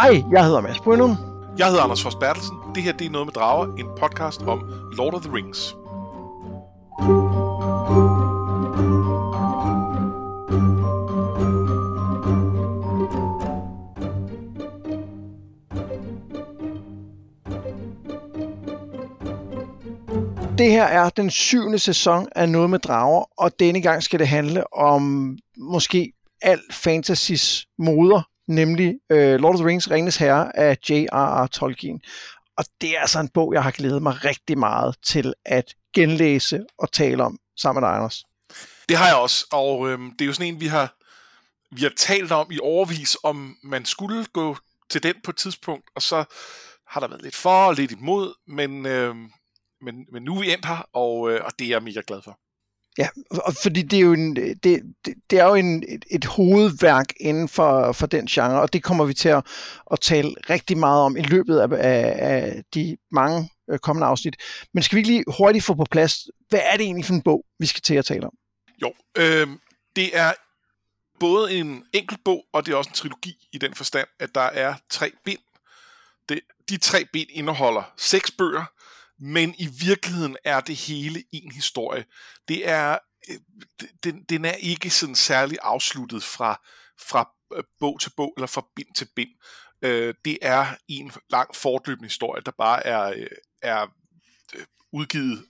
Hej, jeg hedder Mads Brynum. Jeg hedder Anders Forst Bertelsen. Det her det er Noget med Drager, en podcast om Lord of the Rings. Det her er den 7. sæson af Noget med Drager, og denne gang skal det handle om måske al fantasys moder, nemlig Lord of the Rings, Ringenes Herre af J.R.R. Tolkien. Og det er altså en bog, jeg har glædet mig rigtig meget til at genlæse og tale om sammen med dig, Anders. Det har jeg også, og det er jo sådan en, vi har talt om i årevis, om man skulle gå til den på et tidspunkt, og så har der været lidt for og lidt imod, men nu er vi endt her, og det er jeg mega glad for. Ja, fordi det er jo det er jo et hovedværk inden for den genre, og det kommer vi til at tale rigtig meget om i løbet af de mange kommende afsnit. Men skal vi ikke lige hurtigt få på plads, hvad er det egentlig for en bog, vi skal til at tale om? Jo, det er både en enkelt bog, og det er også en trilogi i den forstand, at der er 3 bind. De 3 bind indeholder 6 bøger, men i virkeligheden er det hele en historie. Det er, den er ikke sådan særlig afsluttet fra bog til bog, eller fra bind til bind. Det er en lang fortløbende historie, der bare er udgivet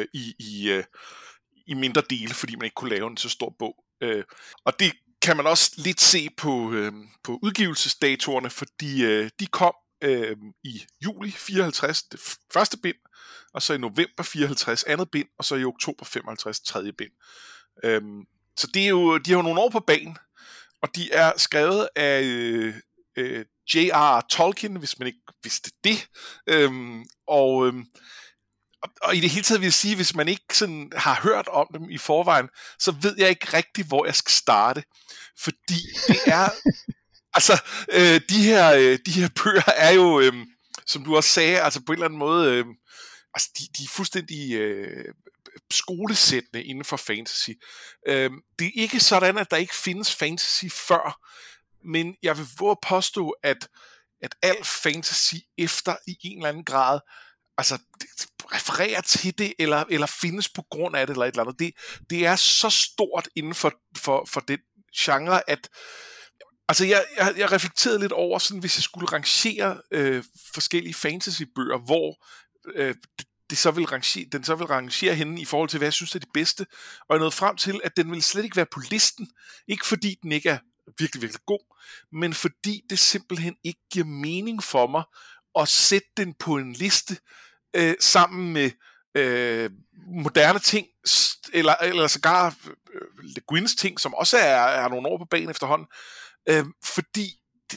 i mindre dele, fordi man ikke kunne lave en så stor bog. Og det kan man også lidt se på udgivelsesdatorerne, fordi de kom i juli 54, det første bind, og så i november 54 andet bind, og så i oktober 55 tredje bind. Så det er jo, de har jo nogle år på banen, og de er skrevet af J.R.R. Tolkien, hvis man ikke vidste det. Og i det hele taget vil jeg sige, hvis man ikke sådan har hørt om dem i forvejen, så ved jeg ikke rigtig, hvor jeg skal starte. Fordi det er... altså, de her bøger er jo, som du også sagde, altså på en eller anden måde, altså de er fuldstændig skolesættende inden for fantasy. Det er ikke sådan, at der ikke findes fantasy før, men jeg vil våge at påstå, at al fantasy efter i en eller anden grad, altså refererer til det, eller findes på grund af det, eller et eller andet. Det er så stort inden for den genre, at altså jeg reflekterede lidt over, sådan, hvis jeg skulle rangere forskellige fantasybøger, hvor den så vil rangere henne i forhold til, hvad jeg synes er det bedste, og jeg nåede frem til, at den vil slet ikke være på listen, ikke fordi den ikke er virkelig, virkelig god, men fordi det simpelthen ikke giver mening for mig at sætte den på en liste sammen med moderne ting, eller sågar Le Guins ting, som også er nogle år på banen efterhånden, fordi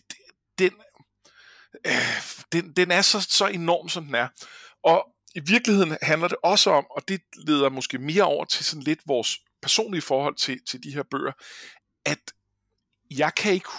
den er så enorm, som den er. Og i virkeligheden handler det også om, og det leder måske mere over til sådan lidt vores personlige forhold til de her bøger, at jeg kan ikke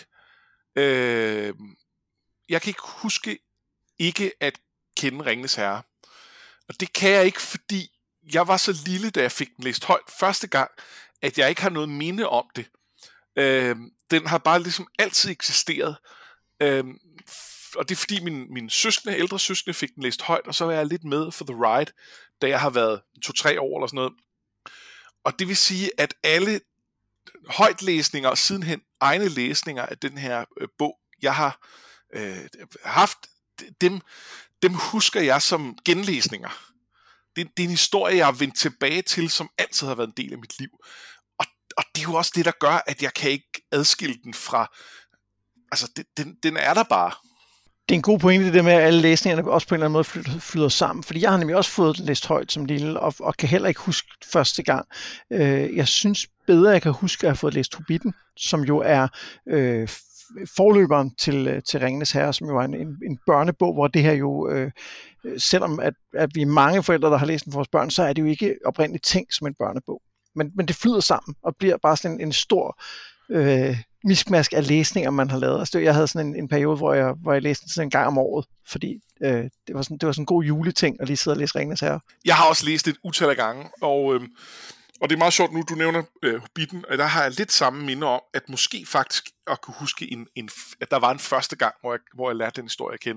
huske ikke at kende Ringenes Herre. Og det kan jeg ikke, fordi jeg var så lille, da jeg fik den læst højt første gang, at jeg ikke har noget minde om det. Den har bare ligesom altid eksisteret. Og det er fordi mine ældre søskende fik den læst højt, og så var jeg lidt med for the ride, da jeg har været 2-3 år eller sådan noget. Og det vil sige, at alle højtlæsninger og sidenhen egne læsninger af den her bog, jeg har haft, dem husker jeg som genlæsninger. Det er en historie, jeg har vendt tilbage til, som altid har været en del af mit liv. Og det er jo også det, der gør, at jeg kan ikke adskille den fra... Altså, den er der bare. Det er en god pointe, det der med, at alle læsningerne også på en eller anden måde flyder sammen. Fordi jeg har nemlig også fået læst højt som lille, og kan heller ikke huske første gang. Jeg synes bedre, jeg kan huske, at jeg har fået læst Hobbiten, som jo er forløberen til Ringenes Herre, som jo er en børnebog, hvor det her jo... selvom at vi er mange forældre, der har læst den for vores børn, så er det jo ikke oprindeligt tænkt som en børnebog. Men det flyder sammen og bliver bare sådan en stor miskmask af læsninger, man har lavet. Altså, jeg havde sådan en periode, hvor jeg læste den sådan en gang om året, fordi det var sådan en god juleting at lige sidde og læse Ringenes Herre. Jeg har også læst det et utal af gange, og Og det er meget sjovt nu, du nævner Hobbiten, og der har jeg lidt samme minde om, at måske faktisk at kunne huske, at der var en første gang, hvor jeg lærte den historie at kende.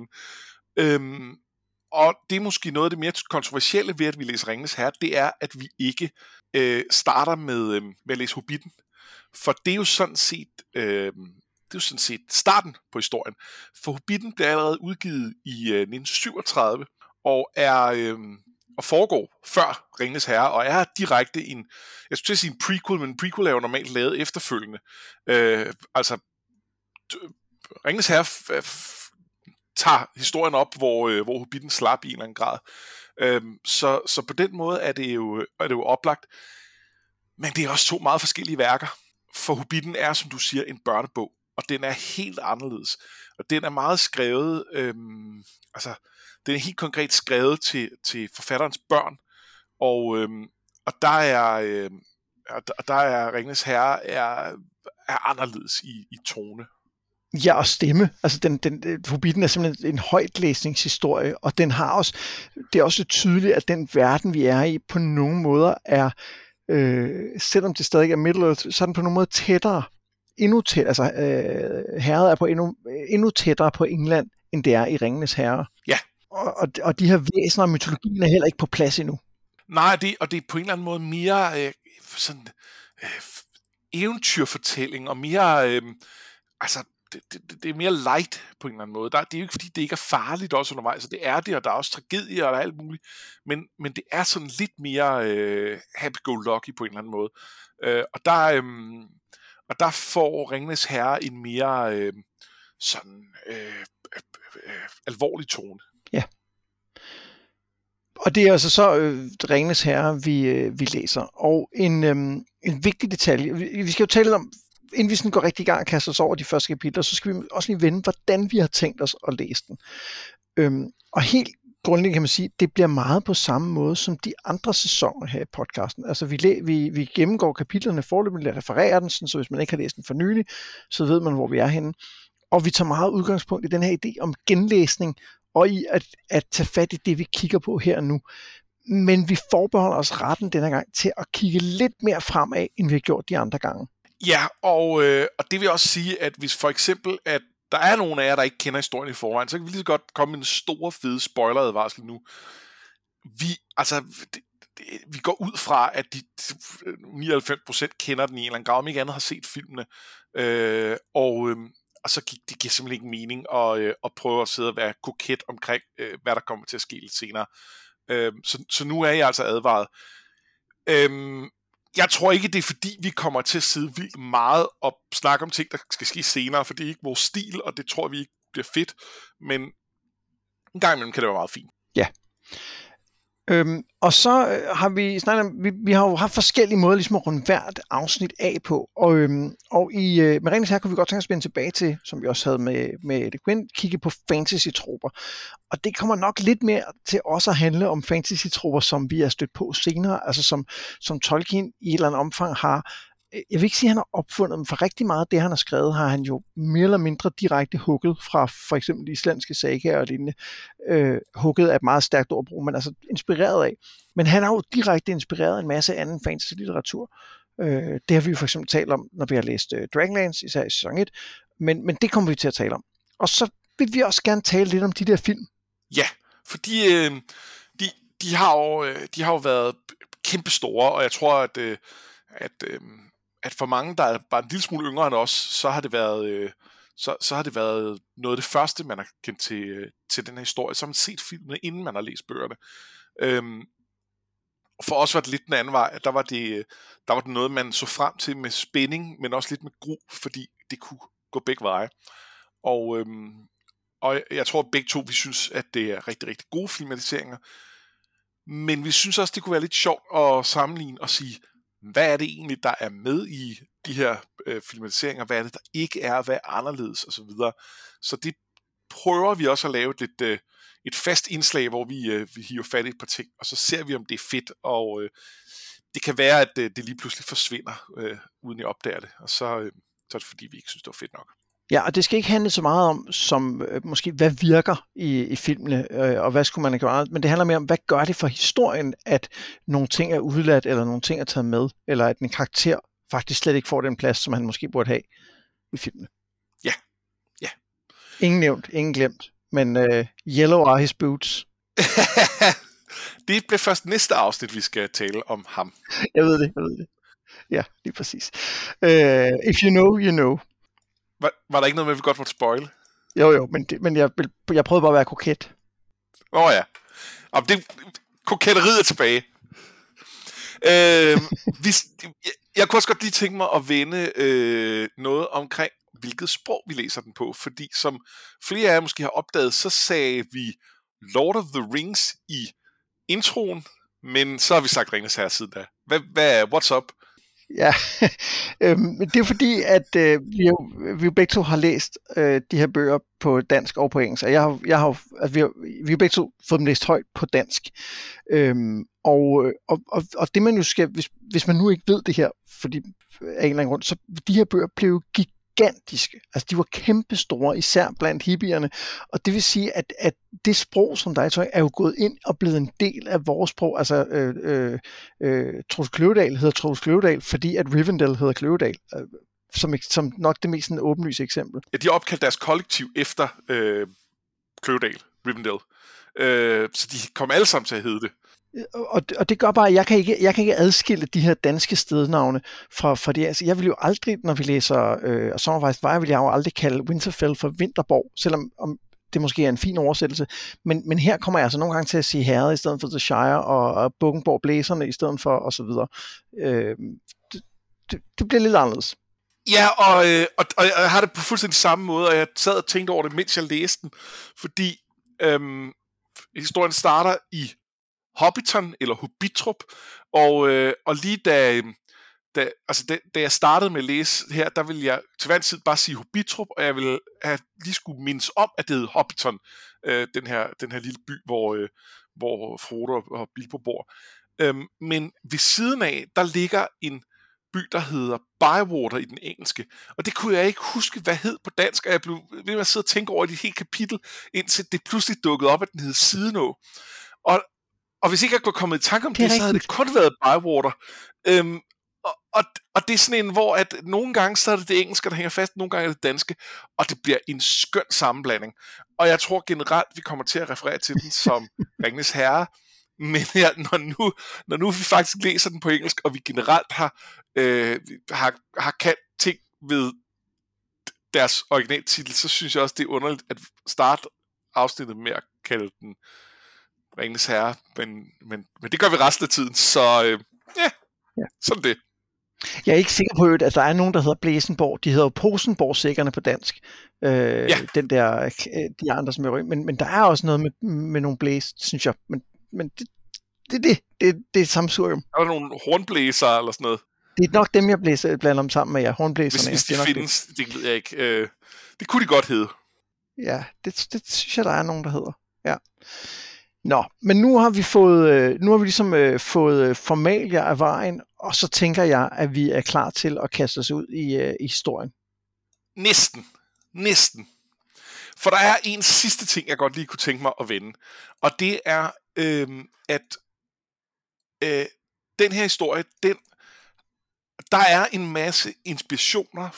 Og det er måske noget af det mere kontroversielle ved, at vi læser Ringenes Herre, det er, at vi ikke starter med at læse Hobbiten. For det er jo sådan set starten på historien. For Hobbiten blev allerede udgivet i 1937, og og foregår før Ringenes Herre, og er direkte jeg skulle til at sige en prequel, men en prequel er jo normalt lavet efterfølgende. Ringenes Herre tager historien op, hvor Hobbiten slap i en eller anden grad. Så på den måde er det jo oplagt. Men det er også to meget forskellige værker. For Hobbiten er, som du siger, en børnebog, og den er helt anderledes. Og den er meget skrevet, den er helt konkret skrevet til forfatterens børn, og der er Ringenes Herre er anderledes i tone. Ja, og stemme. Altså, Hobbiten er simpelthen en højtlæsningshistorie, og den har også, det er også tydeligt, at den verden, vi er i, på nogle måder er, selvom det stadig er Middle-earth, så er den på nogle måder tættere, endnu tættere, altså herret er på endnu tættere på England, end det er i Ringenes Herre. Ja. Og de her væsener og mytologien er heller ikke på plads endnu. Nej, det er på en eller anden måde mere eventyrfortælling, og mere, det er mere light på en eller anden måde. Det er jo ikke, fordi det ikke er farligt også undervejs, så det er det, og der er også tragedier, og der er alt muligt, men det er sådan lidt mere happy-go-lucky på en eller anden måde. Og der får Ringenes Herre en mere alvorlig tone. Ja. Og det er altså så Ringenes Herre, vi læser. Og en vigtig detalje, vi skal jo tale om, inden vi sådan går rigtig i gang og kaster os over de første kapitler, så skal vi også lige vende, hvordan vi har tænkt os at læse den. Og helt grundlæggende kan man sige, det bliver meget på samme måde som de andre sæsoner her i podcasten. Altså vi gennemgår kapitlerne forløbende, refererer den, så hvis man ikke har læst den for nylig, så ved man, hvor vi er henne. Og vi tager meget udgangspunkt i den her idé om genlæsning, og i at tage fat i det, vi kigger på her og nu. Men vi forbeholder os retten denne gang til at kigge lidt mere fremad, end vi har gjort de andre gange. Ja, og det vil også sige, at hvis for eksempel, at der er nogen af jer, der ikke kender historien i forvejen, så kan vi lige så godt komme med en stor, fede spoileradvarsel nu. Vi går ud fra, at de 99% kender den i en eller anden grad, om ikke andet har set filmene. Og så det giver simpelthen ikke mening at prøve at sidde og være koket omkring, hvad der kommer til at ske lidt senere. Så nu er jeg altså advaret. Jeg tror ikke, det er fordi, vi kommer til at sidde vildt meget og snakke om ting, der skal ske senere, for det er ikke vores stil, og det tror vi ikke bliver fedt. Men en gang imellem kan det være meget fint. Ja. Og så har vi snakket om, vi har jo haft forskellige måder ligesom at runde hvert afsnit af på, og med Ringenes Herre kunne vi godt tænke at spænde tilbage til, som vi også havde med The Queen, kigge på fantasy-tropper. Og det kommer nok lidt mere til også at handle om fantasy-tropper, som vi er stødt på senere, altså som Tolkien i et eller andet omfang har. Jeg vil ikke sige, at han har opfundet, men for rigtig meget af det, han har skrevet, har han jo mere eller mindre direkte hugget fra for eksempel islandske sagaer og lignende. Hugget er et meget stærkt ordbrug, men altså inspireret af. Men han har jo direkte inspireret en masse anden fantasy-litteratur. Det har vi jo for eksempel talt om, når vi har læst Dragonlance, især i sæson 1. Men det kommer vi til at tale om. Og så vil vi også gerne tale lidt om de der film. Ja, fordi de har jo været kæmpestore, og jeg tror, at for mange, der er bare en lille smule yngre end os, så har det været, så har det været noget af det første, man har kendt til den her historie. Så har man set filmene, inden man har læst bøgerne. For os var det lidt den anden vej. Der var det noget, man så frem til med spænding, men også lidt med gru, fordi det kunne gå begge veje. Og jeg tror begge to, vi synes, at det er rigtig, rigtig gode filmatiseringer. Men vi synes også, det kunne være lidt sjovt at sammenligne og sige, hvad er det egentlig, der er med i de her filmatiseringer? Hvad er det, der ikke er? Hvad er anderledes? Og så videre. Så det prøver vi også at lave et fast indslag, hvor vi hiver fat i et par ting, og så ser vi, om det er fedt, og det kan være, at det lige pludselig forsvinder, uden jeg opdager det, og så er det fordi, vi ikke synes, det var fedt nok. Ja, og det skal ikke handle så meget om, som måske, hvad virker i filmene, og hvad skulle man have gjort, men det handler mere om, hvad gør det for historien, at nogle ting er udladt, eller nogle ting er taget med, eller at en karakter faktisk slet ikke får den plads, som han måske burde have i filmene. Ja, ja. Ingen nævnt, ingen glemt, men Yellow are his boots. Det bliver først næste afsnit, vi skal tale om ham. Jeg ved det. Ja, lige præcis. If you know, you know. Var der ikke noget med, at vi godt måtte spoil? Jo, men jeg prøvede bare at være koket. Ja. Og koketteriet er tilbage. Jeg kunne også godt lige tænke mig at vende noget omkring, hvilket sprog vi læser den på. Fordi som flere af jer måske har opdaget, så sagde vi Lord of the Rings i introen, men så har vi sagt Ringenes Herre siden da. What's up? Ja, det er fordi, at vi jo begge to har læst de her bøger på dansk og på engelsk, og vi har begge to fået dem læst højt på dansk. Og det man jo skal, hvis man nu ikke ved det her, fordi af en eller anden grund, så de her bøger blev jo gigantiske. Altså de var kæmpestore, især blandt hippierne. Og det vil sige, at det sprog, som der er jo gået ind og blevet en del af vores sprog. Altså Troels Kløvedal hedder Troels Kløvedal, fordi at Rivendell hedder Kløvedal. Som nok det mest åbenlyse eksempel. Ja, de har opkaldt deres kollektiv efter Kløvedal, Rivendell. Så de kommer alle sammen til at hedde det. Og det gør bare, at jeg kan ikke adskille de her danske stednavne fra det. Altså, jeg vil jo aldrig, når vi læser Sommervejs Vej, vil jeg jo aldrig kalde Winterfell for Vinterborg, selvom det måske er en fin oversættelse. Men her kommer jeg altså nogle gange til at sige Herred i stedet for The Shire, og Bukkenborg Blæserne i stedet for, og så videre. Det bliver lidt anderledes. Ja, og jeg har det på fuldstændig samme måde, og jeg sad og tænkte over det, mens jeg læste den, fordi historien starter i Hobbiton, eller Hobbitrup, og lige da jeg startede med at læse her, der ville jeg til hver en tid bare sige Hobbitrup, og jeg ville lige skulle mindes om, at det hed Hobbiton, den her lille by, hvor Frodo og Bilbo bor. Men ved siden af, der ligger en by, der hedder Bywater i den engelske, og det kunne jeg ikke huske, hvad hed på dansk, og jeg blev ved med at sidde og tænke over det helt kapitel, indtil det pludselig dukkede op, at den hed Sidenå. Og hvis ikke jeg kunne komme i tanke om det, så havde det kun været Bywater. Og det er sådan en, hvor at nogle gange så er det engelske, der hænger fast, nogle gange er det danske, og det bliver en skøn sammenblanding. Og jeg tror generelt, vi kommer til at referere til den som Ringenes Herre, men når nu vi faktisk læser den på engelsk, og vi generelt har kendt ting ved deres originaltitel, så synes jeg også, det er underligt at starte afsnittet med at kalde den Ringenes Herre, men det gør vi resten af tiden, så sådan det. Jeg er ikke sikker på, at der er nogen, der hedder Blæsenborg. De hedder jo Posenborg-sækkerne på dansk. Den der, de andre, som er men der er også noget med nogle blæs, synes jeg. Men det er sammensurium. Er der nogle hornblæser eller sådan noget? Det er nok dem, jeg blander dem sammen med, hornblæserne. Hvis de findes, det ved jeg ikke. Det kunne de godt hedde. Ja, det synes jeg, der er nogen, der hedder. Ja. Nå, men nu har vi ligesom fået formalia af vejen, og så tænker jeg, at vi er klar til at kaste os ud i historien. Næsten. For der er en sidste ting, jeg godt lige kunne tænke mig at vende, og det er, at den her historie, der er en masse inspirationer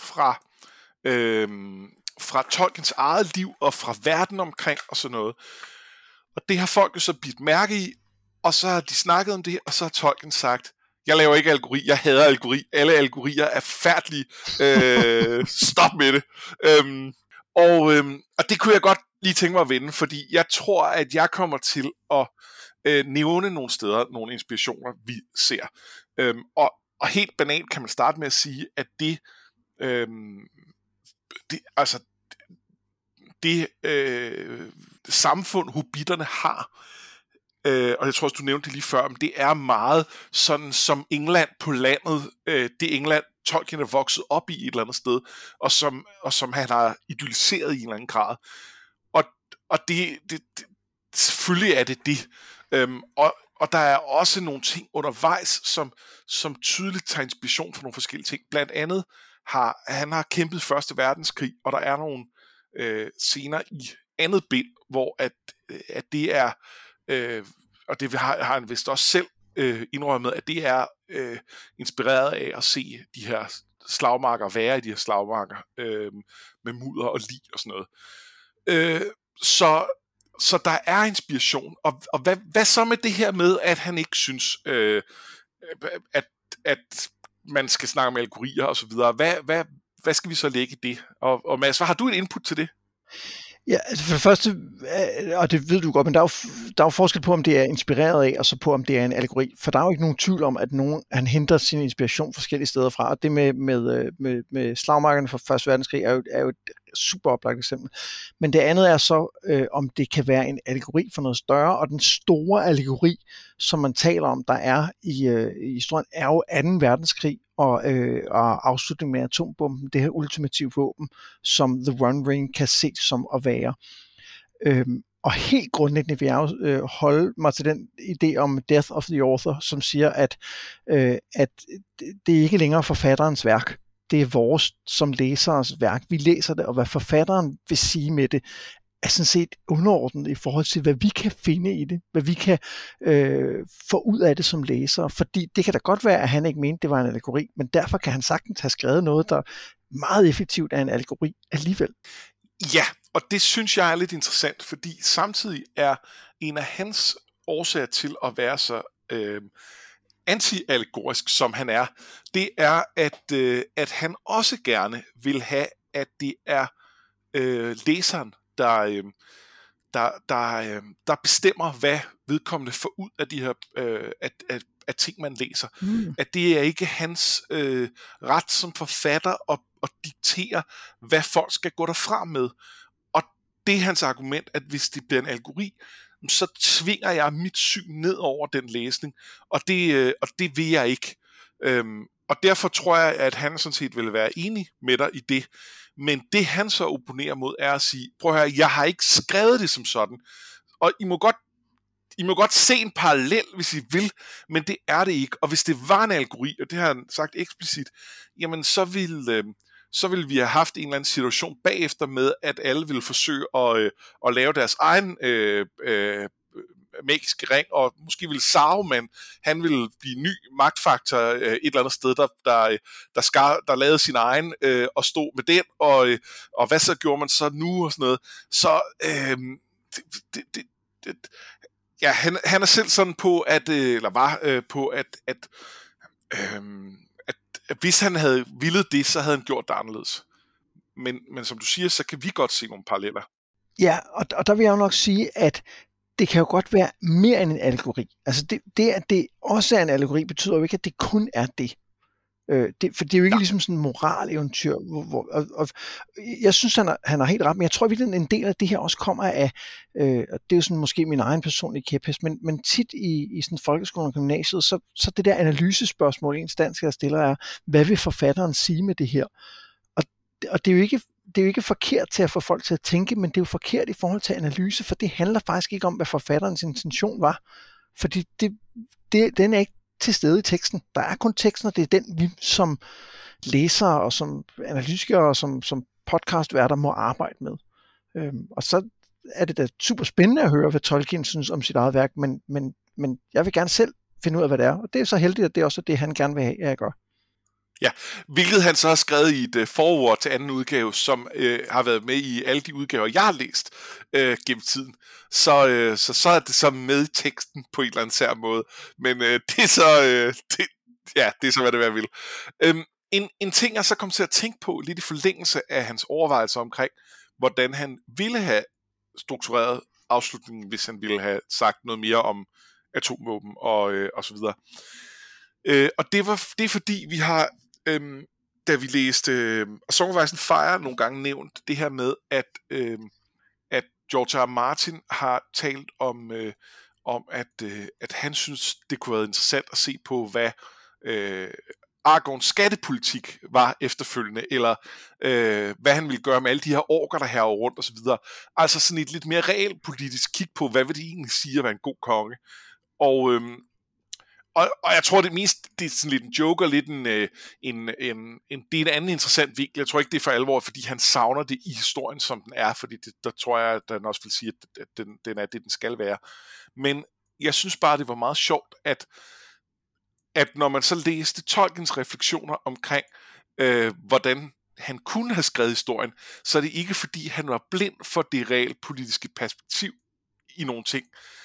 fra Tolkiens eget liv og fra verden omkring og sådan noget. Og det har folk jo så bidt mærke i, og så har de snakket om det, og så har Tolkien sagt, jeg laver ikke algori, jeg hader algori, alle algorier er færdige, stop med det. Og det kunne jeg godt lige tænke mig at vende, fordi jeg tror, at jeg kommer til at nævne nogle steder, nogle inspirationer, vi ser. Og helt banalt kan man starte med at sige, at det samfund, hobitterne har, og jeg tror også, du nævnte det lige før, men det er meget sådan som England på landet, det England, Tolkien er vokset op i et eller andet sted, og som han har idealiseret i en eller anden grad. Og det selvfølgelig er det. og der er også nogle ting undervejs, som tydeligt tager inspiration fra nogle forskellige ting. Blandt andet han har kæmpet Første Verdenskrig, og der er nogle scener i andet bind, hvor at det er, og det har han vist også selv indrømmet, at det er inspireret af at se de her slagmarker være i de her slagmarker med mudder og lig og sådan noget. Så der er inspiration. Og hvad så med det her med, at han ikke synes, at man skal snakke om allegorier og så videre? Hvad skal vi så lægge i det? Og Mads, har du et input til det? Ja, altså for det første, og det ved du godt, men der er jo forskel på, om det er inspireret af, og så på, om det er en allegori. For der er jo ikke nogen tvivl om, at han henter sin inspiration forskellige steder fra. Og det med slagmarkerne fra Første Verdenskrig er jo et super oplagt eksempel. Men det andet er så, om det kan være en allegori for noget større. Og den store allegori, som man taler om, der er i historien, er jo 2. verdenskrig og afslutningen med atombomben, det her ultimative våben, som The One Ring kan ses som at være. Og helt grundlæggende vil jeg jo holde mig til den idé om Death of the Author, som siger, at det er ikke længere forfatterens værk. Det er vores som læseres værk. Vi læser det, og hvad forfatteren vil sige med det, er sådan set underordnet i forhold til, hvad vi kan finde i det, hvad vi kan få ud af det som læsere. Fordi det kan da godt være, at han ikke mente, det var en allegori, men derfor kan han sagtens have skrevet noget, der meget effektivt er en allegori alligevel. Ja, og det synes jeg er lidt interessant, fordi samtidig er en af hans årsager til at være så anti-allegorisk, som han er, det er, at han også gerne vil have, at det er læseren, der bestemmer, hvad vedkommende får ud af de her af ting, man læser. At det er ikke hans ret som forfatter at diktere, hvad folk skal gå derfra med. Og det er hans argument, at hvis det bliver en allegori, så tvinger jeg mit syn ned over den læsning, og det vil jeg ikke. Og derfor tror jeg, at han sådan set vil være enig med dig i det. Men det han så opponerer mod er at sige, prøv at høre, jeg har ikke skrevet det som sådan, og I må godt se en parallel, hvis I vil, men det er det ikke. Og hvis det var en allegori, og det har han sagt eksplicit, jamen så ville vi have haft en eller anden situation bagefter med, at alle ville forsøge at lave deres egen magiske ring, og måske ville Saruman, han ville blive ny magtfaktor et eller andet sted, der lavede sin egen og stod med den, og hvad så gjorde man så nu og sådan noget. Så ja, han er selv sådan på, at hvis han havde villet det, så havde han gjort det anderledes. Men som du siger, så kan vi godt se nogle paralleller. Ja, og der vil jeg jo nok sige, at det kan jo godt være mere end en allegori. Altså det at det også er en allegori, betyder jo ikke, at det kun er det. For det er jo ikke ligesom sådan en moraleventyr. Og jeg synes, han har helt ret, men jeg tror virkelig, en del af det her også kommer af, og det er jo sådan måske min egen personlige kæphest, men tit i sådan folkeskolen og gymnasiet, så det der analysespørgsmål, ens danskere stiller er, hvad vil forfatteren sige med det her? Og det er jo ikke forkert til at få folk til at tænke, men det er jo forkert i forhold til analyse, for det handler faktisk ikke om, hvad forfatterens intention var. Fordi den er ikke til stede i teksten. Der er kun teksten, og det er den, vi som læsere og som analytikere og som podcastværter må arbejde med. Og så er det da super spændende at høre, hvad Tolkien synes om sit eget værk, men jeg vil gerne selv finde ud af, hvad det er. Og det er så heldigt, at det er også det, han gerne vil have, at jeg gør. Ja, hvilket han så har skrevet i et forord til anden udgave, som har været med i alle de udgaver, jeg har læst gennem tiden. Så er det så med i teksten på en eller anden sær måde. Men det er så, det er så, hvad det vil. En ting, jeg så kom til at tænke på, lidt i forlængelse af hans overvejelser omkring, hvordan han ville have struktureret afslutningen, hvis han ville have sagt noget mere om atomvåben og så videre. Og det er fordi, vi har, da vi læste Song of Ice and Fire, nogle gange nævnt det her med, at George R. Martin har talt om at han synes, det kunne være interessant at se på, hvad Aragorns skattepolitik var efterfølgende, eller hvad han ville gøre med alle de her orker, der herover rundt og så videre. Altså sådan et lidt mere realpolitisk kig på, hvad vil det egentlig sige at være en god konge. Og jeg tror, det er sådan lidt en joke og lidt det er en anden interessant vinkel. Jeg tror ikke, det er for alvor, fordi han savner det i historien, som den er, fordi der tror jeg, at den også vil sige, at den er det, den skal være. Men jeg synes bare, det var meget sjovt, at når man så læste Tolkiens refleksioner omkring, hvordan han kunne have skrevet historien, så er det ikke, fordi han var blind for det realpolitiske perspektiv i nogle ting.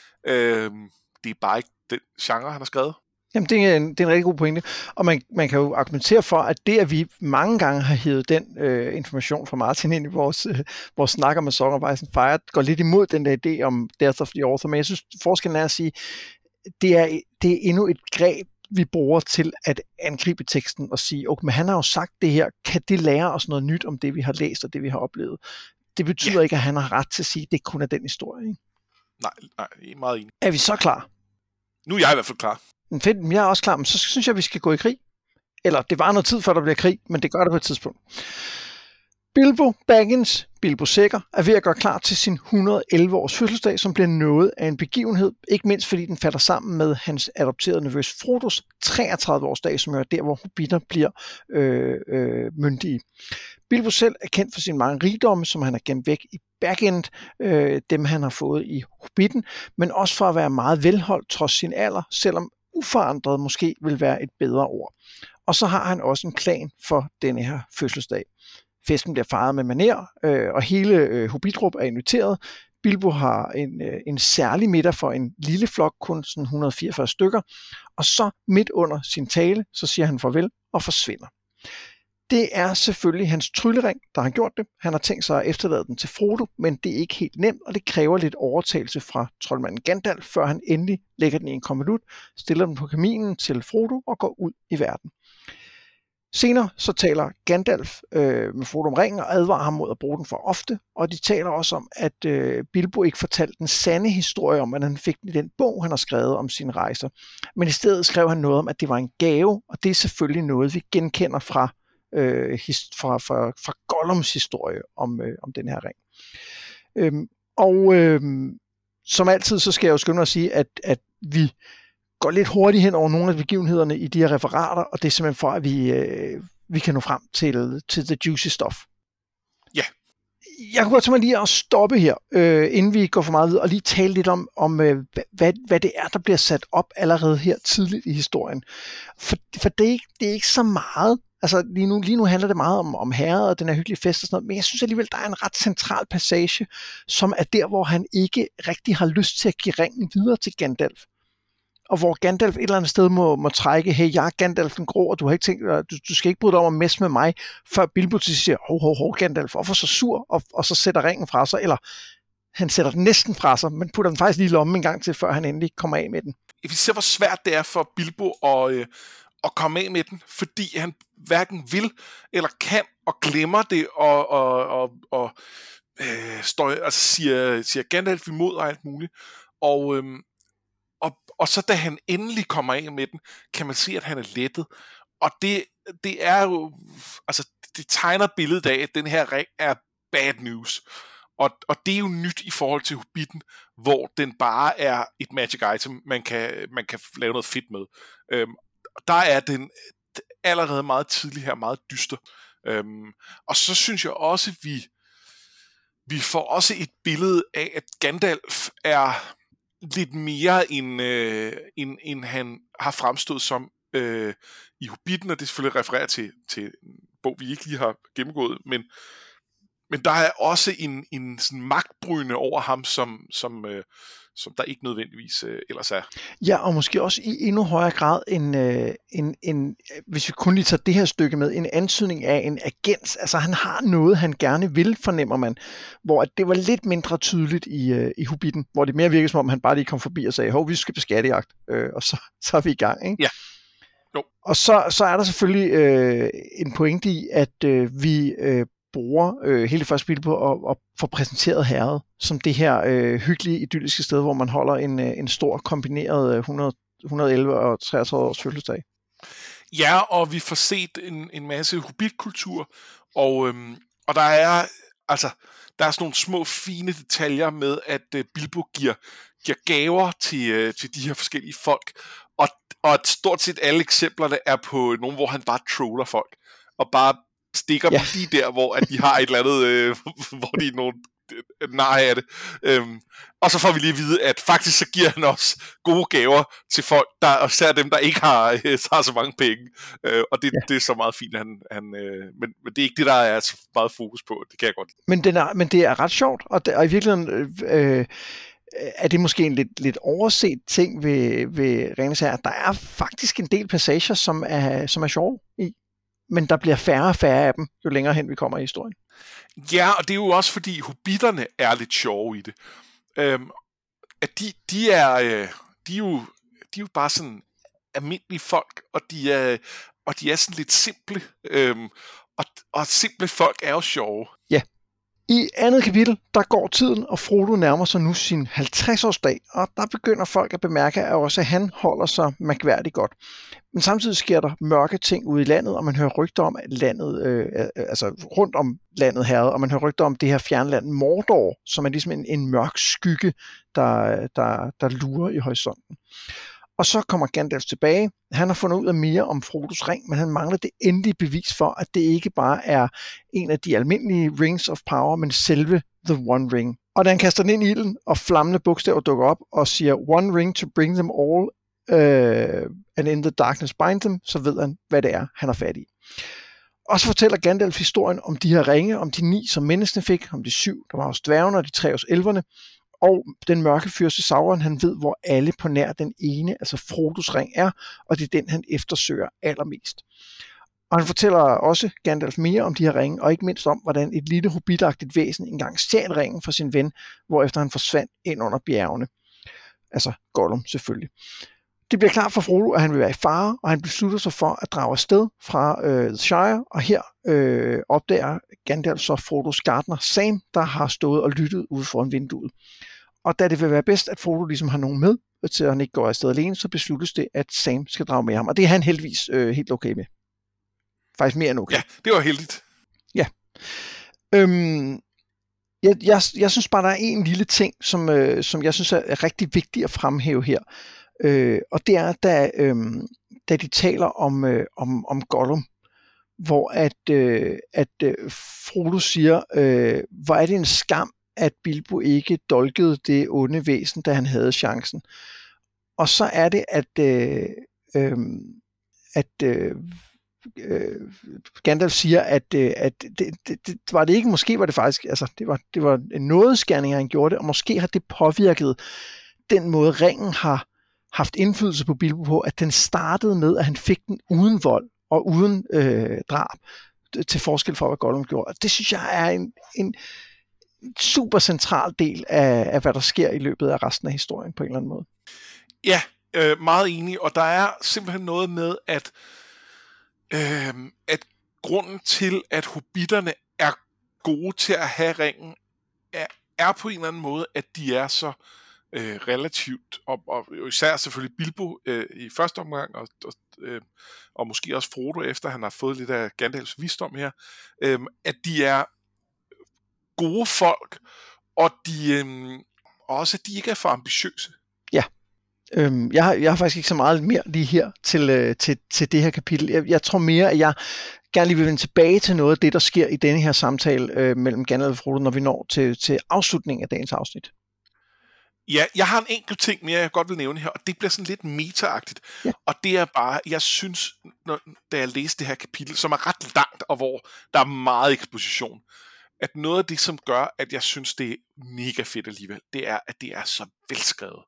Det er bare ikke den genre, han har skrevet. Jamen, det er en rigtig god pointe. Og man kan jo argumentere for, at det, at vi mange gange har hævet den information fra Martin ind i vores snak om A Song of Ice and Fire, går lidt imod den der idé om Death of the Author. Men jeg synes, forskellen er at sige, det er endnu et greb, vi bruger til at angribe teksten og sige, okay, men han har jo sagt det her, kan det lære os noget nyt om det, vi har læst og det, vi har oplevet? Det betyder ikke, at han har ret til at sige, at det kun er den historie, ikke? Nej, jeg er meget enig. Er vi så klar? Nu er jeg i hvert fald klar. Fedt, jeg er også klar, men så synes jeg, vi skal gå i krig. Eller det var noget tid, før der bliver krig, men det gør det på et tidspunkt. Bilbo Baggins, Bilbo Sækker, er ved at gøre klar til sin 111-års fødselsdag, som bliver noget af en begivenhed, ikke mindst fordi den falder sammen med hans adopterede nevøs Frodos 33-årsdag, som er der, hvor hobbiter bliver myndige. Bilbo selv er kendt for sine mange rigdomme, som han har gemt væk i Baggend, dem han har fået i Hobbiten, men også for at være meget velholdt trods sin alder, selvom uforandret måske vil være et bedre ord. Og så har han også en plan for denne her fødselsdag. Festen bliver fejret med maner, og hele Hobbitrup er inviteret. Bilbo har en særlig middag for en lille flok, kun sådan 144 stykker, og så midt under sin tale, så siger han farvel og forsvinder. Det er selvfølgelig hans tryllering, der har gjort det. Han har tænkt sig at efterlade den til Frodo, men det er ikke helt nemt, og det kræver lidt overtagelse fra troldmanden Gandalf, før han endelig lægger den i en konvolut, stiller den på kaminen til Frodo og går ud i verden. Senere så taler Gandalf med Frodo om ringen og advarer ham mod at bruge den for ofte, og de taler også om, at Bilbo ikke fortalte den sande historie om, at han fik den i den bog, han har skrevet om sine rejser. Men i stedet skrev han noget om, at det var en gave, og det er selvfølgelig noget, vi genkender fra Gollums historie om den her ring. Som altid, så skal jeg jo skynde mig at sige, at vi går lidt hurtigt hen over nogle af begivenhederne i de her referater, og det er simpelthen for, at vi kan nå frem til the juicy stuff. Ja. Jeg kunne godt tænke mig lige at stoppe her, inden vi går for meget videre, og lige tale lidt om hvad det er, der bliver sat op allerede her tidligt i historien. For det er ikke så meget. Altså lige nu handler det meget om herret og den her hyggelige fest og sådan noget, men jeg synes alligevel, der er en ret central passage, som er der, hvor han ikke rigtig har lyst til at give ringen videre til Gandalf. Og hvor Gandalf et eller andet sted må trække, hey, jeg er Gandalf den grå, og du har ikke tænkt, du skal ikke bryde dig om at messe med mig, før Bilbo til siger, hov, Gandalf, hvorfor så sur, og så sætter ringen fra sig, eller han sætter den næsten fra sig, men putter den faktisk lige i lommen en gang til, før han endelig kommer af med den. Vi ser, hvor svært det er for Bilbo at komme af med den, fordi han hverken vil eller kan, og glemmer det, og siger Gandalf imod og alt muligt, og så da han endelig kommer af med den, kan man se, at han er lettet. Og det er jo, altså det tegner billedet af, at den her ring er bad news. Og det er jo nyt i forhold til Hobbiten, hvor den bare er et magic item, man kan lave noget fedt med. Der er den allerede meget tidlig her, meget dyster. Og så synes jeg også, vi får også et billede af, at Gandalf er lidt mere end han har fremstået som i Hobbiten, og det selvfølgelig refererer til en bog, vi ikke lige har gennemgået, men der er også en sådan magtbrydende over ham, som der ikke nødvendigvis ellers er. Ja, og måske også i endnu højere grad en hvis vi kun lige tager det her stykke med, en antydning af en agent. Altså han har noget, han gerne vil, fornemmer man, hvor det var lidt mindre tydeligt i Hobbiten, hvor det mere virker som om, han bare lige kom forbi og sagde, hov, vi skal på skattejagt, og så er vi i gang, ikke? Ja. Jo. Og så er der selvfølgelig en pointe i, at vi bruger hele første spil på at få præsenteret herret som det her hyggelige, idylliske sted, hvor man holder en stor kombineret 111 og 33 års fødselsdag. Ja, og vi får set en masse hobbitkultur, og der er altså, der er sådan nogle små, fine detaljer med, at Bilbo giver gaver til de her forskellige folk, og at stort set alle eksemplerne er på nogen, hvor han bare troller folk, og bare stikker dem lige der, hvor at de har et eller andet, hvor de er nogen nej af det. Og så får vi lige at vide, at faktisk så giver han også gode gaver til folk, og især dem, der ikke har så mange penge. Og det er så meget fint, men det er ikke det, der er så meget fokus på. Det kan jeg godt. Men det er ret sjovt, og i virkeligheden er det måske en lidt overset ting ved Ringenes Herre. Der er faktisk en del passager, som er sjove i, men der bliver færre og færre af dem, jo længere hen vi kommer i historien. Ja, og det er jo også fordi hobitterne er lidt sjove i det. At de er jo bare sådan almindelige folk, og de er sådan lidt simple. Og simple folk er jo sjove. Ja. I andet kapitel, der går tiden, og Frodo nærmer sig nu sin 50-årsdag, og der begynder folk at bemærke, at også han holder sig mærkværdigt godt. Men samtidig sker der mørke ting ude i landet, og man hører rygter om at landet, altså rundt om landet herred, og man hører rygter om det her fjernland Mordor, som er ligesom en mørk skygge, der lurer i horisonten. Og så kommer Gandalf tilbage. Han har fundet ud af mere om Frodos ring, men han mangler det endelige bevis for, at det ikke bare er en af de almindelige Rings of Power, men selve The One Ring. Og da han kaster den ind i ilden, og flammende bogstaver dukker op og siger One Ring to bring them all, and in the darkness bind them, så ved han, hvad det er, han har fat i. Og så fortæller Gandalf historien om de her ringe, om de 9, som menneskene fik, om de 7, der var hos dværgene, og de 3 hos elverne, og den mørke fyrste Sauron, han ved, hvor alle på nær den ene, altså Frodos ring er, og det er den, han eftersøger allermest. Og han fortæller også Gandalf mere om de her ringe, og ikke mindst om, hvordan et lille hobbitagtigt væsen engang stjal ringen fra sin ven, hvorefter han forsvandt ind under bjergene. Altså Gollum selvfølgelig. Det bliver klart for Frodo, at han vil være i fare, og han beslutter sig for at drage afsted fra The Shire, og her opdager Gandalf så Frodos gartner Sam, der har stået og lyttet ude foran vinduet. Og da det vil være bedst, at Frodo ligesom har nogen med, til at han ikke går afsted alene, så besluttes det, at Sam skal drage med ham. Og det er han heldigvis helt okay med. Faktisk mere end okay. Ja, det var heldigt. Ja. Jeg synes bare, der er en lille ting, som jeg synes er rigtig vigtigt at fremhæve her. Og det er, da de taler om Gollum, hvor at Frodo siger, hvor er det en skam, at Bilbo ikke dolkede det onde væsen, da han havde chancen. Og så er det, at Gandalf siger, at det var det ikke, måske var det faktisk, altså det var en nådeskærning, han gjorde det, og måske har det påvirket den måde, ringen har haft indflydelse på Bilbo på, at den startede med, at han fik den uden vold og uden drab, til forskel for, hvad Gollum gjorde. Og det synes jeg er en super central del af, hvad der sker i løbet af resten af historien på en eller anden måde. Ja, meget enig, og der er simpelthen noget med, at grunden til, at hobitterne er gode til at have ringen, er på en eller anden måde, at de er så relativt, og især selvfølgelig Bilbo i første omgang, og måske også Frodo, efter han har fået lidt af Gandalfs visdom her, at de er gode folk, og også at de ikke er for ambitiøse. Ja. Jeg har faktisk ikke så meget mere lige her til det her kapitel. Jeg tror mere, at jeg gerne lige vil vende tilbage til noget af det, der sker i denne her samtale mellem Gandalf og Frodo, når vi når til afslutningen af dagens afsnit. Ja, jeg har en enkelt ting mere, jeg godt vil nævne her, og det bliver sådan lidt meta-agtigt. Ja. Og det er bare, jeg synes, da jeg læste det her kapitel, som er ret langt, og hvor der er meget eksposition, at noget af det, som gør, at jeg synes, det er mega fedt alligevel, det er, at det er så velskrevet.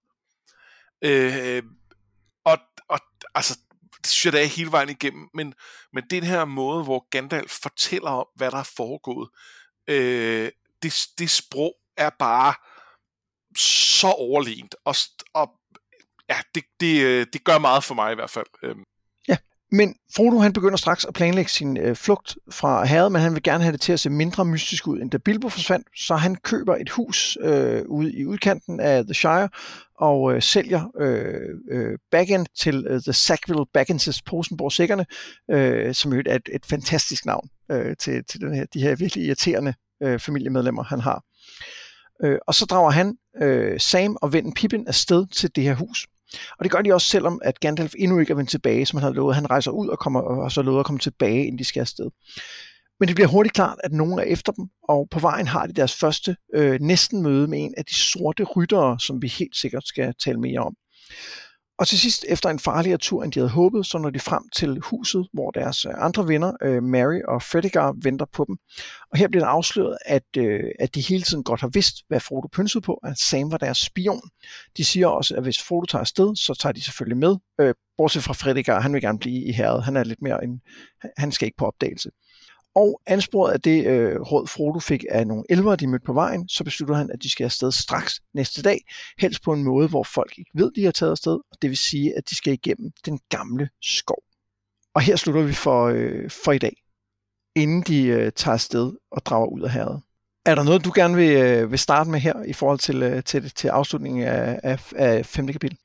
Og altså, det synes jeg, det er hele vejen igennem, men den her måde, hvor Gandalf fortæller om, hvad der er foregået, det sprog er bare så overlegent, og ja, det gør meget for mig i hvert fald. Ja, men Frodo han begynder straks at planlægge sin flugt fra herredet, men han vil gerne have det til at se mindre mystisk ud, end da Bilbo forsvandt, så han køber et hus ude i udkanten af The Shire, og sælger Baggin til The Sackville Bagginses Posenborg-sækkerne, som er et fantastisk navn til de her virkelig irriterende familiemedlemmer, han har. Og så drager han Sam og vennen Pippin afsted til det her hus. Og det gør de også, selvom at Gandalf endnu ikke er vendt tilbage, som han havde lovet. Han rejser ud og så lovet at komme tilbage, inden de skal afsted. Men det bliver hurtigt klart, at nogen er efter dem, og på vejen har de deres første næsten møde med en af de sorte ryttere, som vi helt sikkert skal tale mere om. Og til sidst, efter en farligere tur, end de havde håbet, så når de frem til huset, hvor deres andre venner, Merry og Fredegar, venter på dem. Og her bliver det afsløret, at de hele tiden godt har vidst, hvad Frodo pynsede på, at Sam var deres spion. De siger også, at hvis Frodo tager afsted, så tager de selvfølgelig med. Bortset fra Fredegar, han vil gerne blive i herred. Han er lidt mere han skal ikke på opdagelse. Og ansporet af det råd Frodo fik af nogle elvere, de mødte på vejen, så beslutter han, at de skal afsted straks næste dag, helst på en måde, hvor folk ikke ved, de har taget afsted, og det vil sige, at de skal igennem den gamle skov. Og her slutter vi for i dag, inden de tager afsted og drager ud af herredet. Er der noget, du gerne vil starte med her i forhold til afslutningen af 5. kapitel?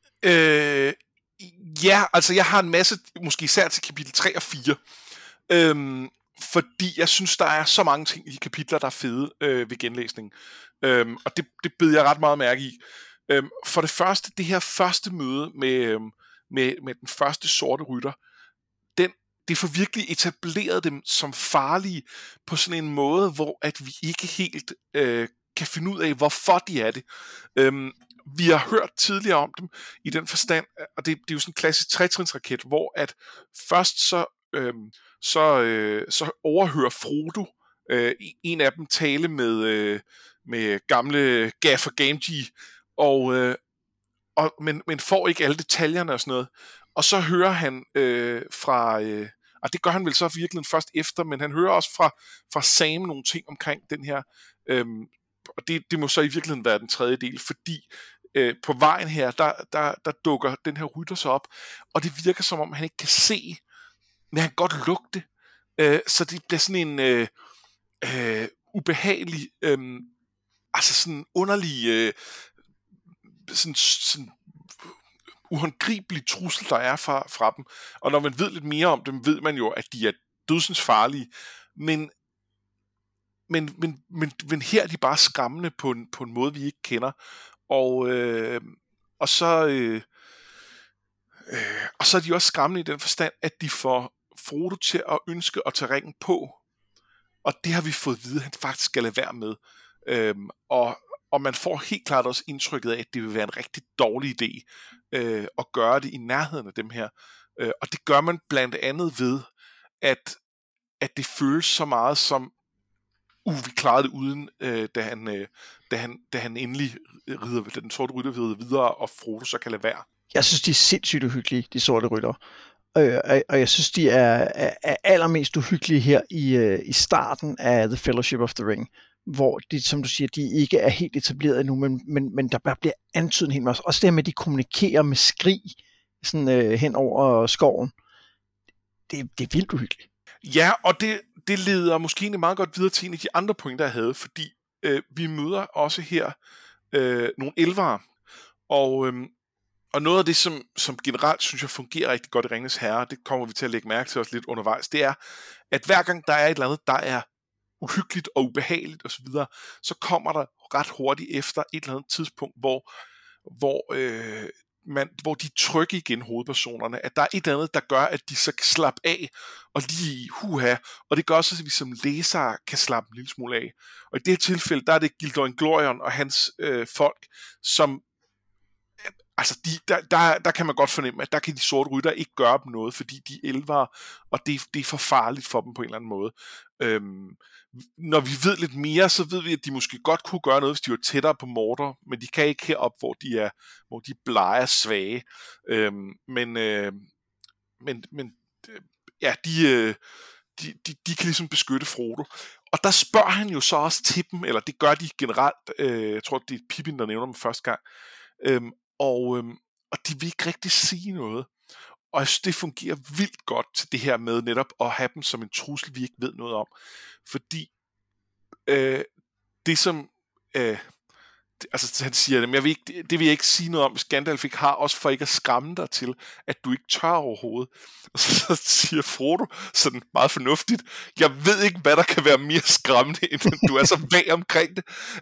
Ja, altså jeg har en masse, måske især til kapitel 3 og 4. Fordi jeg synes, der er så mange ting i de kapitler, der er fede ved genlæsningen. Og det bed jeg ret meget mærke i. For det første, det her første møde med den første sorte rytter, det får virkelig etableret dem som farlige på sådan en måde, hvor at vi ikke helt kan finde ud af, hvorfor de er det. Vi har hørt tidligere om dem i den forstand, og det er jo sådan en klassisk tretrinsraket, hvor at først så overhører Frodo en af dem tale med gamle Gaffer Gamgee, men får ikke alle detaljerne og sådan noget. Og så hører han og det gør han vel så virkelig først efter, men han hører også fra Sam nogle ting omkring den her, og det må så i virkeligheden være den tredje del, fordi på vejen her, der dukker den her rytter så op, og det virker som om han ikke kan se, men han kan godt lugte, så det bliver sådan en ubehagelig, altså sådan underlig, sådan uhåndgribelig trussel, der er fra dem. Og når man ved lidt mere om dem, ved man jo, at de er dødsens farlige, men her er de bare skræmmende på en måde, vi ikke kender. Og så er de også skræmmende i den forstand, at de får Frodo til at ønske at tage ringen på, og det har vi fået at vide, at han faktisk skal lade være med. Og man får helt klart også indtrykket af, at det vil være en rigtig dårlig idé at gøre det i nærheden af dem her. Og det gør man blandt andet ved, at det føles så meget som, vi klarede det uden, da han endelig rider, da den sorte rytter rider videre, og Frodo så kan lade være. Jeg synes, de er sindssygt uhyggelige, de sorte rytter. Og jeg synes, de er allermest uhyggelige her i starten af The Fellowship of the Ring, hvor de, som du siger, de ikke er helt etableret endnu, men der bare bliver antydet en hel masse. Også det med, at de kommunikerer med skrig sådan, hen over skoven. Det er vildt uhyggeligt. Ja, og det leder måske egentlig meget godt videre til en af de andre pointer, jeg havde, fordi vi møder også her nogle elvere, og noget af det, som generelt synes jeg fungerer rigtig godt i Ringenes Herre, det kommer vi til at lægge mærke til også lidt undervejs, det er, at hver gang der er et eller andet, der er uhyggeligt og ubehageligt osv., så kommer der ret hurtigt efter et eller andet tidspunkt, hvor de trykker igen hovedpersonerne, at der er et eller andet, der gør, at de så kan slappe af, og lige og det gør også, at vi som læsere kan slappe en lille smule af. Og i det her tilfælde, der er det Gildoin Glorion og hans folk, som altså, der kan man godt fornemme, at der kan de sorte rytter ikke gøre dem noget, fordi de er elvere, og det er for farligt for dem på en eller anden måde. Når vi ved lidt mere, så ved vi, at de måske godt kunne gøre noget, hvis de var tættere på Mordor, men de kan ikke herop, hvor de er blege svage. De kan ligesom beskytte Frodo. Og der spørger han jo så også til dem, eller det gør de generelt, jeg tror, det er Pippin, der nævner dem første gang, og de vil ikke rigtig sige noget. Og jeg synes, det fungerer vildt godt til det her med netop at have dem som en trussel, vi ikke ved noget om. Fordi det som altså han siger, at det vil jeg ikke sige noget om, hvis Gandalf ikke har, også for ikke at skræmme dig til, at du ikke tør overhovedet. Og så siger Frodo sådan meget fornuftigt, jeg ved ikke, hvad der kan være mere skræmmende, end du er så vag omkring det.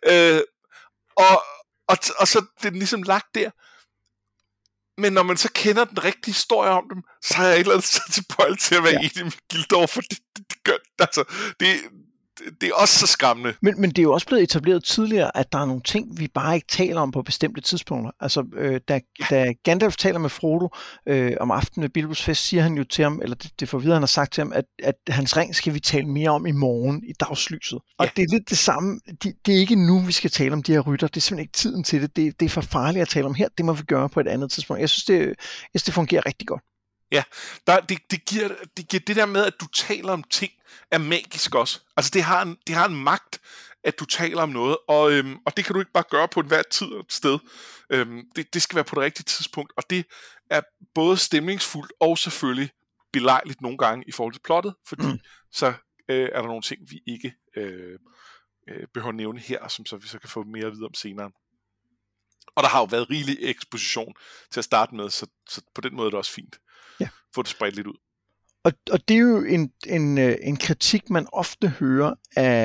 Og så det er den ligesom lagt der. Men når man så kender den rigtige historie om dem, så har jeg et eller andet tilbøjelig til at være enig med Gildor, for det gør, altså, det er også så skræmmende. Men det er jo også blevet etableret tidligere, at der er nogle ting, vi bare ikke taler om på bestemte tidspunkter. Altså, da Gandalf taler med Frodo om aftenen ved Bilbos fest, siger han jo til ham, eller det får videre, han har sagt til ham, at hans ring skal vi tale mere om i morgen, i dagslyset. Og det er lidt det samme. Det er ikke nu, vi skal tale om de her rytter. Det er simpelthen ikke tiden til det. Det er for farligt at tale om her. Det må vi gøre på et andet tidspunkt. Jeg synes, det fungerer rigtig godt. Ja, det giver det der med, at du taler om ting, er magisk også. Altså det har en magt, at du taler om noget, og det kan du ikke bare gøre på enhver tid og sted. Det skal være på det rigtige tidspunkt, og det er både stemningsfuldt og selvfølgelig belejligt nogle gange i forhold til plottet, fordi så er der nogle ting, vi ikke behøver at nævne her, som så vi så kan få mere at vide om senere. Og der har jo været rigelig eksposition til at starte med, så på den måde er det også fint. Ja. Få det spredt lidt ud. Og det er jo en kritik, man ofte hører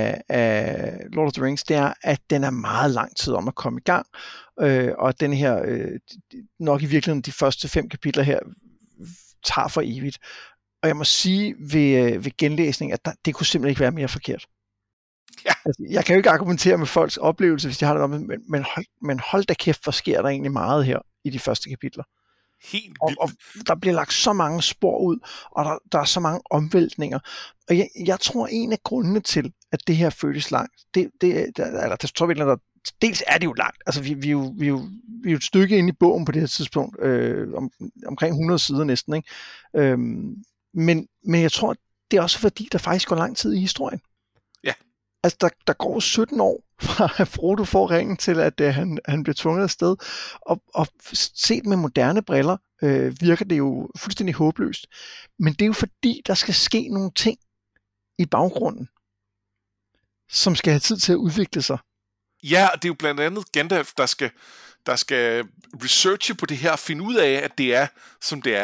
af Lord of the Rings, det er, at den er meget lang tid om at komme i gang, og den her, nok i virkeligheden de første 5 kapitler her, tager for evigt. Og jeg må sige ved genlæsning, at det kunne simpelthen ikke være mere forkert. Ja. Altså, jeg kan jo ikke argumentere med folks oplevelse, hvis de har det om, men hold da kæft, hvor sker der egentlig meget her i de første kapitler. Helt og der bliver lagt så mange spor ud, og der er så mange omvæltninger. Og jeg tror, en af grundene til, at det her føles langt, det tror vi, dels er det jo langt. Altså, vi er jo et stykke inde i bogen på det her tidspunkt, omkring 100 sider næsten, ikke? Men jeg tror, det er også fordi, der faktisk går lang tid i historien. Ja. Altså, der går 17 år fra at Frodo får ringen til, at han bliver tvunget afsted. Og set med moderne briller virker det jo fuldstændig håbløst. Men det er jo fordi, der skal ske nogle ting i baggrunden, som skal have tid til at udvikle sig. Ja, det er jo blandt andet Gandalf, der skal researche på det her og finde ud af, at det er, som det er.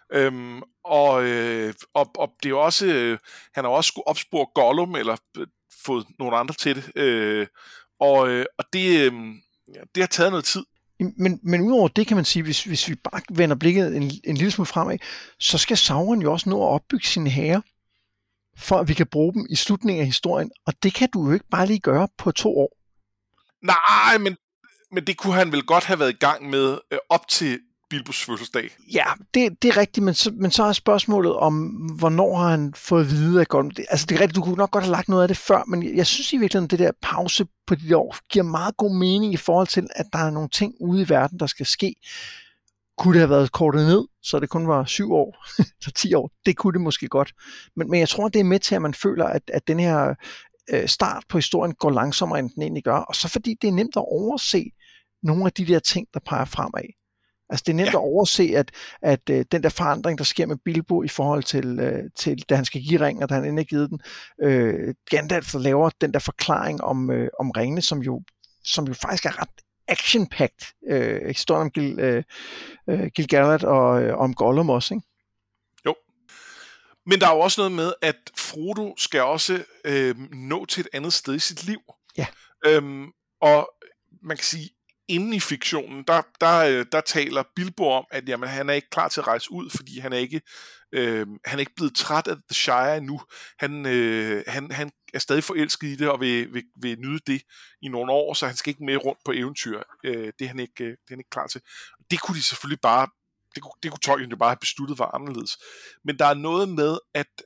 Og det er jo også, han har også skulle opspore Gollum, eller fået nogle andre til det. Og det har taget noget tid. Men udover det kan man sige, hvis vi bare vender blikket en lille smule fremad, så skal Sauron jo også nå at opbygge sine hære, for at vi kan bruge dem i slutningen af historien. Og det kan du jo ikke bare lige gøre på 2 år. Nej, men det kunne han vel godt have været i gang med op til Bilbos fødselsdag. Ja, det er rigtigt, men så er spørgsmålet om, hvornår har han fået at vide af Gollum. Altså det er rigtigt, du kunne nok godt have lagt noget af det før, men jeg synes i virkeligheden, det der pause på de år giver meget god mening i forhold til, at der er nogle ting ude i verden, der skal ske. Kunne det have været kortet ned, så det kun var 7 år, så 10 år? Det kunne det måske godt. Men jeg tror, det er med til, at man føler, at den her start på historien går langsommere, end den egentlig gør. Og så fordi det er nemt at overse nogle af de der ting, der peger fremad. Altså det er nemt at overse, at den der forandring, der sker med Bilbo i forhold til da han skal give ringen, og da han endelig har givet den, Gandalf, der laver den der forklaring om ringene, som jo faktisk er ret action-packed, historien om Gil-galad og om Gollum også, ikke? Jo. Men der er jo også noget med, at Frodo skal også nå til et andet sted i sit liv. Ja. Og man kan sige, inden i fiktionen, der taler Bilbo om, at jamen, han er ikke klar til at rejse ud, fordi han er ikke blevet træt af The Shire endnu. Han er stadig forelsket i det, og vil nyde det i nogle år, så han skal ikke mere rundt på eventyr. Det er han ikke klar til. Det kunne de selvfølgelig bare, det kunne Tolkien jo bare have besluttet var anderledes. Men der er noget med,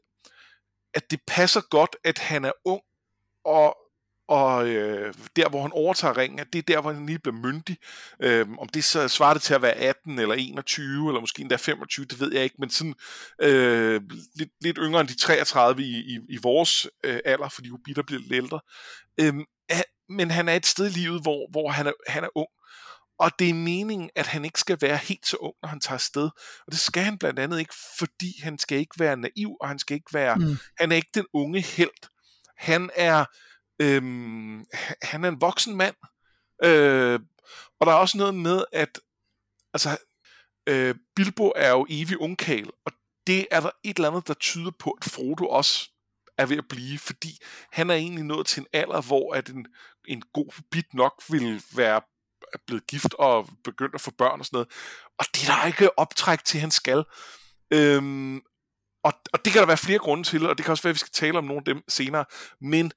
at det passer godt, at han er ung, og der, hvor han overtager ringen, det er der, hvor han lige bliver myndig. Om det så svarer det til at være 18 eller 21, eller måske endda 25, det ved jeg ikke, men sådan lidt yngre end de 33 i vores alder, fordi Hobbiter bliver lidt ældre. Men han er et sted i livet, hvor han er ung. Og det er meningen, at han ikke skal være helt så ung, når han tager afsted. Og det skal han blandt andet ikke, fordi han skal ikke være naiv, og han skal ikke være, han er ikke den unge helt. Han er en voksen mand, Og der er også noget med, at altså, Bilbo er jo evig ungkarl, og det er der et eller andet, der tyder på, at Frodo også er ved at blive, fordi han er egentlig nået til en alder, hvor at en god hobbit nok vil være blevet gift og begyndt at få børn og sådan noget. Og det er der ikke optræk til, han skal. Og det kan der være flere grunde til, og det kan også være, at vi skal tale om nogle af dem senere. Men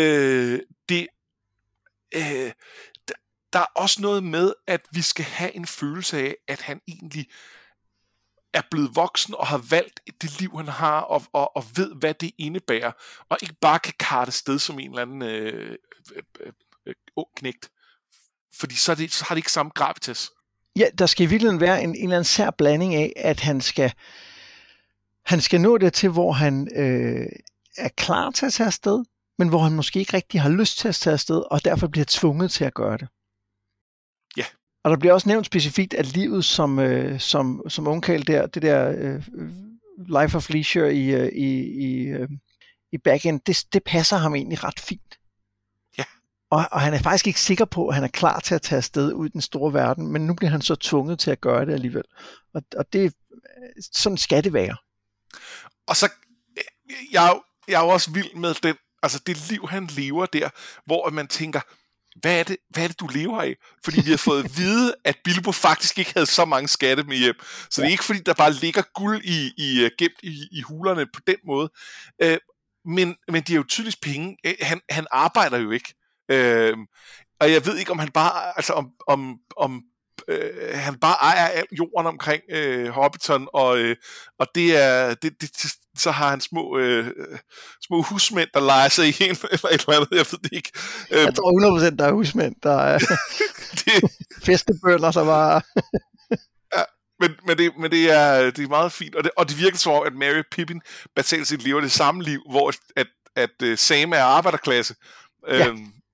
der er også noget med, at vi skal have en følelse af, at han egentlig er blevet voksen og har valgt det liv, han har, og ved, hvad det indebærer, og ikke bare kan karte sted som en eller anden ung knægt. Fordi så har det ikke samme gravitas. Ja, der skal i virkeligheden være en eller anden sær blanding af, at han skal nå det til, hvor han er klar til at tage afsted, men hvor han måske ikke rigtig har lyst til at tage afsted, og derfor bliver tvunget til at gøre det. Ja. Og der bliver også nævnt specifikt, at livet som ungkarl der, det der life of leisure i backend, det passer ham egentlig ret fint. Ja. Og han er faktisk ikke sikker på, at han er klar til at tage afsted ud i den store verden, men nu bliver han så tvunget til at gøre det alligevel. Og det, sådan skal det være. Og så, jeg er jo også vild med det liv, han lever der, hvor man tænker, hvad er det, du lever af? Fordi vi har fået at vide, at Bilbo faktisk ikke havde så mange skatte med hjem. Så det er ikke fordi, der bare ligger guld gemt i hulerne på den måde. Men de er jo tydeligvis penge. Han arbejder jo ikke. Og jeg ved ikke, om han bare, altså om han bare ejer al jorden omkring Hobbiton, og det er så har han små husmænd, der leger sig i en eller et eller andet, jeg ved det ikke. Jeg tror 100% der er husmænd, der er festebøller, der var... Ja, men det er meget fint, og det virker som om, at Merry og Pippin basalt set lever det samme liv, hvor at Sam er arbejderklasse. Ja.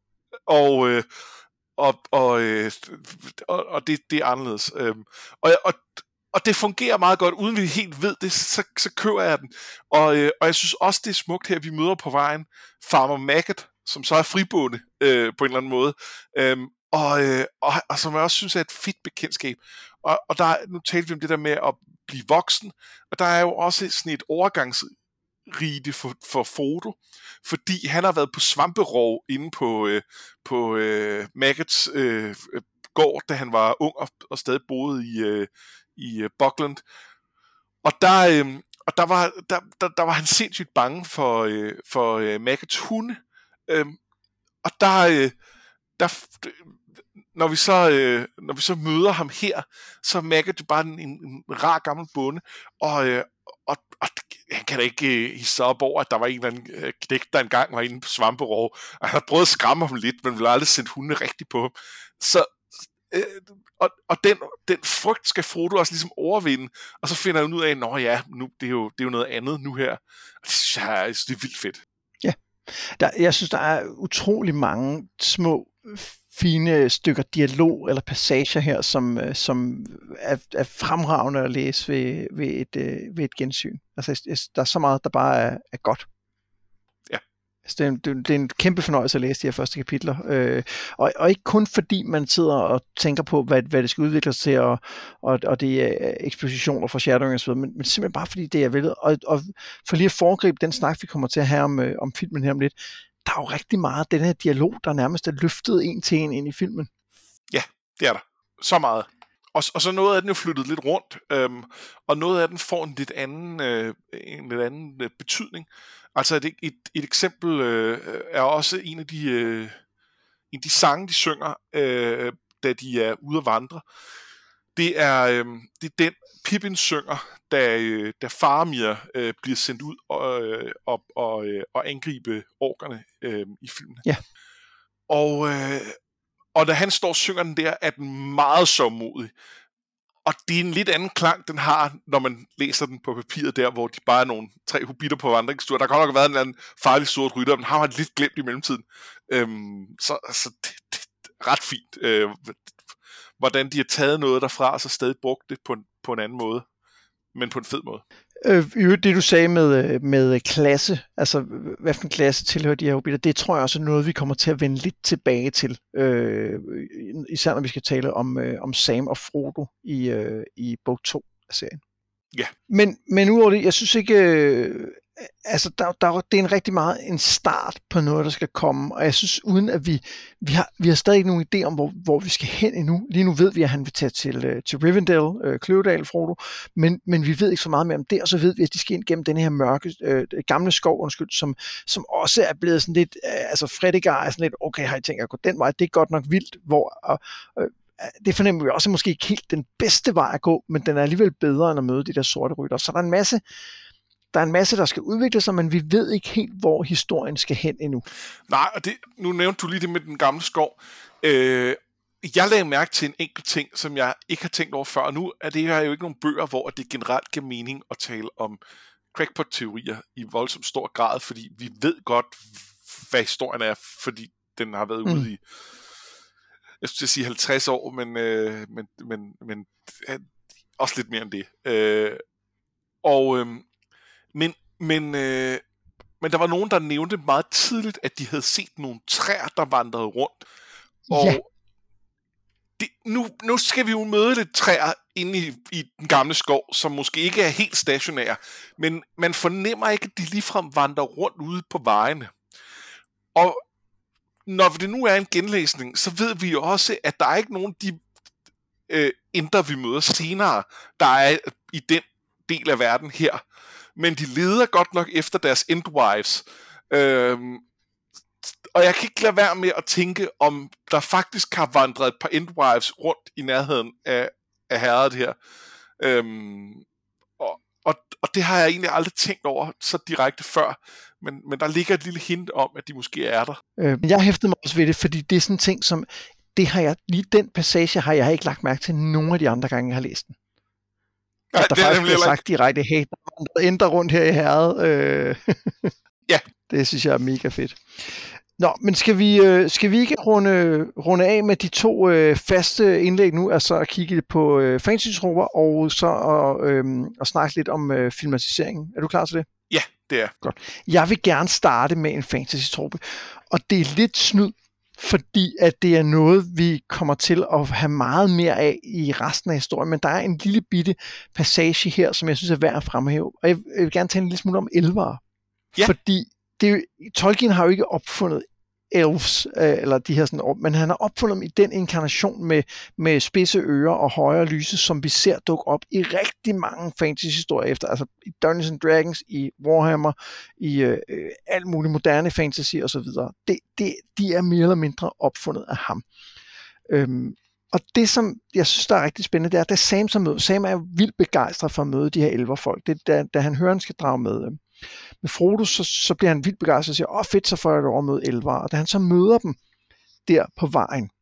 Og det er anderledes. Og det fungerer meget godt, uden vi helt ved det, så køber jeg den. Og jeg synes også, det er smukt her, at vi møder på vejen Farmer Maggot, som så er fribående på en eller anden måde. Og som jeg også synes er et fedt bekendtskab. Og der, nu talte vi om det der med at blive voksen, og der er jo også sådan et overgangsrite for Frodo, fordi han har været på svamperov inde på Maggots gård, da han var ung og stadig boede i Buckland. Og der var han sindssygt bange for Maggots hunde. Og når vi så møder ham her, så er Maggot bare en rar gammel bonde, og han kan da ikke hisse sig op over, at der var en eller anden knægt, der engang var inde på svamperov, og han har prøvet at skræmme ham lidt, men ville aldrig sende hunde rigtigt på ham. Så og den frygt skal Frodo også ligesom overvinde, og så finder han ud af, nå ja, nu, det er jo noget andet nu her. Det er vildt fedt. Ja, jeg synes, der er utrolig mange små, fine stykker dialog eller passager her, som er fremragende at læse ved et gensyn. Altså, der er så meget, der bare er godt. Altså, det er en kæmpe fornøjelse at læse de her første kapitler. Og ikke kun fordi man sidder og tænker på, hvad det skal udvikles til, og det er ekspositioner fra Shadowing og så videre, men simpelthen bare fordi det er vel. Og for lige at foregribe den snak, vi kommer til at have om filmen her om lidt, der er jo rigtig meget af den her dialog, der nærmest er løftet en til en ind i filmen. Ja, det er der. Så meget. Og så noget af den jo flyttet lidt rundt, og noget af den får en lidt anden betydning. Altså et eksempel er også en af de sange, de synger, da de er ude at vandre. Det er den Pippin synger, da Faramir bliver sendt ud og angribe orkerne i filmen. Ja. Og da han står og synger den der, er den meget sørgmodig. Og det er en lidt anden klang, den har, når man læser den på papiret der, hvor de bare er 3 hobitter på vandringstur. Der kan nok have været en eller anden farlig sort rytter, men har man lidt glemt i mellemtiden. Så det er ret fint, hvordan de har taget noget derfra, og så stadig brugt det på en anden måde, men på en fed måde. Det du sagde med klasse, altså hvad for en klasse tilhører de her hobitter, det tror jeg også er noget, vi kommer til at vende lidt tilbage til. Især når vi skal tale om Sam og Frodo i bog 2 af serien. Ja. Men udover det, jeg synes ikke, altså det er en rigtig meget en start på noget, der skal komme, og jeg synes, uden at vi har stadig ikke nogen idé om, hvor vi skal hen endnu. Lige nu ved vi, at han vil tage til Rivendell, Kløvedal, Frodo, men vi ved ikke så meget mere om det, og så ved vi, at de skal ind gennem den her mørke, gamle skov, som også er blevet sådan lidt, altså Fredegar er sådan lidt, okay, har I tænkt at gå den vej? Det er godt nok vildt, det fornemmer vi også måske ikke helt den bedste vej at gå, men den er alligevel bedre end at møde de der sorte rytter. Så der er en masse, der skal udvikle sig, men vi ved ikke helt, hvor historien skal hen endnu. Nej, og nu nævnte du lige det med den gamle skov. Jeg lagde mærke til en enkelt ting, som jeg ikke har tænkt over før. Nu er det her jo ikke nogen bøger, hvor det generelt giver mening at tale om crackpot-teorier i voldsomt stor grad, fordi vi ved godt, hvad historien er, fordi den har været ude i, jeg skulle sige 50 år, men også lidt mere end det. Men der var nogen, der nævnte meget tidligt, at de havde set nogle træer, der vandrede rundt. Og nu skal vi jo møde lidt træer inde i den gamle skov, som måske ikke er helt stationære, men man fornemmer ikke, at de ligefrem vandrer rundt ude på vejene. Og når det nu er en genlæsning, så ved vi jo også, at der er ikke nogen de indre, vi møder senere, der er i den del af verden her. Men de leder godt nok efter deres endwives. Og jeg kan ikke lade være med at tænke, om der faktisk har vandret et par endwives rundt i nærheden af herret her. Og det har jeg egentlig aldrig tænkt over så direkte før. Men der ligger et lille hint om, at de måske er der. Jeg hæftede mig også ved det, fordi det er sådan en ting, som lige den passage har jeg ikke lagt mærke til nogen af de andre gange, jeg har læst den. At der faktisk bliver sagt direkte, hey, der ændrer rundt her i herret. Ja. Det synes jeg er mega fedt. Nå, men skal vi ikke runde af med de to faste indlæg nu, altså at kigge på fantasy-troper, og så at snakke lidt om filmatiseringen. Er du klar til det? Ja, det er. Godt. Jeg vil gerne starte med en fantasy-trope, og det er lidt snyd, fordi at det er noget, vi kommer til at have meget mere af i resten af historien, men der er en lille bitte passage her, som jeg synes er værd at fremhæve, og jeg vil gerne tale en lille smule om elvere. Ja. Fordi Tolkien har jo ikke opfundet elves, eller de her sådan, men han har opfundet dem i den inkarnation med spidse ører og højere lyse, som vi ser dukke op i rigtig mange fantasy-historier efter, altså i Dungeons and Dragons, i Warhammer, i alt muligt moderne fantasy og så videre. De er mere eller mindre opfundet af ham. Og det, som jeg synes, der er rigtig spændende, det er, at Sam som møder. Sam er jo vildt begejstret for at møde de her elverfolk. Det er, da han hører, han skal drage med Frodo, så bliver han vildt begejstret og siger, fedt, så får jeg det over med elver. Og da han så møder dem der på vejen,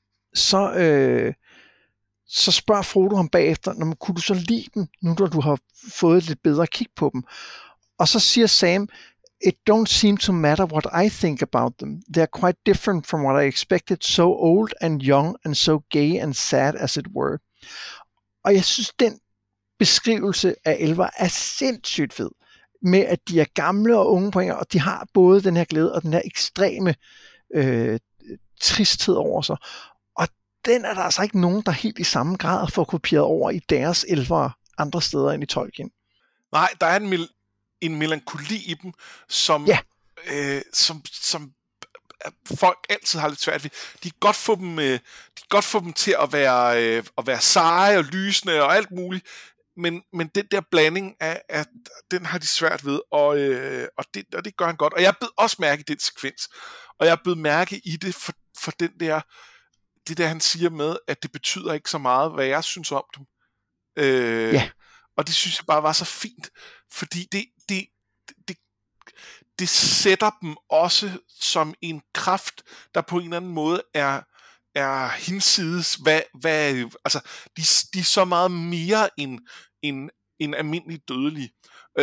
så spørger Frodo ham bagefter, kunne du så lide dem, nu da du har fået et lidt bedre kig på dem? Og så siger Sam, it don't seem to matter what I think about them. They're quite different from what I expected, so old and young and so gay and sad as it were. Og jeg synes, den beskrivelse af elver er sindssygt fed, med at de er gamle og unge på en, og de har både den her glæde og den her ekstreme tristhed over sig. Og den er der altså ikke nogen, der helt i samme grad får kopieret over i deres elver andre steder end i Tolkien. Nej, der er en melankoli i dem, som folk altid har lidt svært ved. De kan godt få dem til at være seje og lysende og alt muligt, men den der blanding af den har de svært ved, og det gør han godt. Og jeg bed også mærke i den sekvens, og jeg bed mærke i det for det der han siger med, at det betyder ikke så meget, hvad jeg synes om dem. Og det synes jeg bare var så fint, fordi det sætter dem også som en kraft, der på en eller anden måde er hinsides, altså de er så meget mere end almindeligt dødelige.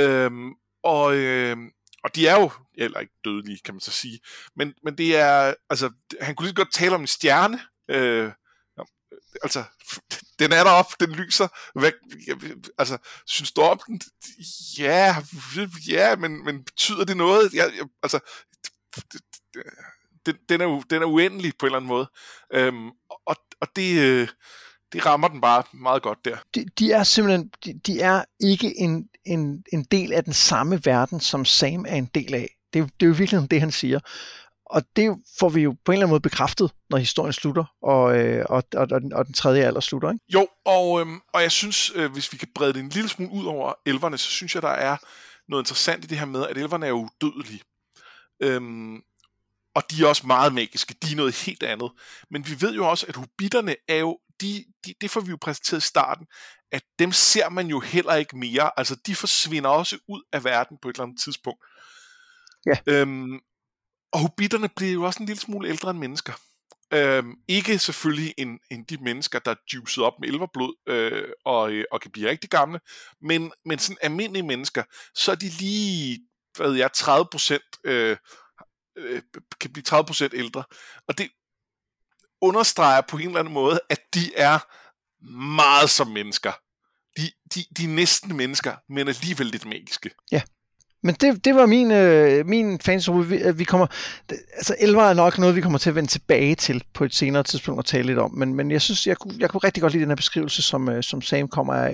Og de er jo eller ikke dødelige, kan man så sige, men det er, altså han kunne lige godt tale om en stjerne, altså, den er deroppe, den lyser. Altså, synes du om den? Ja, men betyder det noget? Altså, den er uendelig på en eller anden måde. Og det rammer den bare meget godt der. De er simpelthen, de er ikke en del af den samme verden, som Sam er en del af. Det er jo virkelig det, han siger. Og det får vi jo på en eller anden måde bekræftet, når historien slutter, og den tredje alder slutter, ikke? Jo, og jeg synes, hvis vi kan brede det en lille smule ud over elverne, så synes jeg, der er noget interessant i det her med, at elverne er udødelige. Og de er også meget magiske, de er noget helt andet. Men vi ved jo også, at hobitterne er jo, det får vi jo præsenteret i starten, at dem ser man jo heller ikke mere. Altså, de forsvinder også ud af verden på et eller andet tidspunkt. Ja. Og hobitterne bliver jo også en lille smule ældre end mennesker. Ikke selvfølgelig end de mennesker, der er juicet op med elverblod og kan blive rigtig gamle, men sådan almindelige mennesker, så er de lige 30% kan blive 30% ældre. Og det understreger på en eller anden måde, at de er meget som mennesker. De er næsten mennesker, men alligevel lidt magiske. Ja. Men det var min fantasy. Vi kommer, altså elver er nok noget, vi kommer til at vende tilbage til på et senere tidspunkt og tale lidt om. Men jeg synes, jeg kunne rigtig godt lide den her beskrivelse, som Sam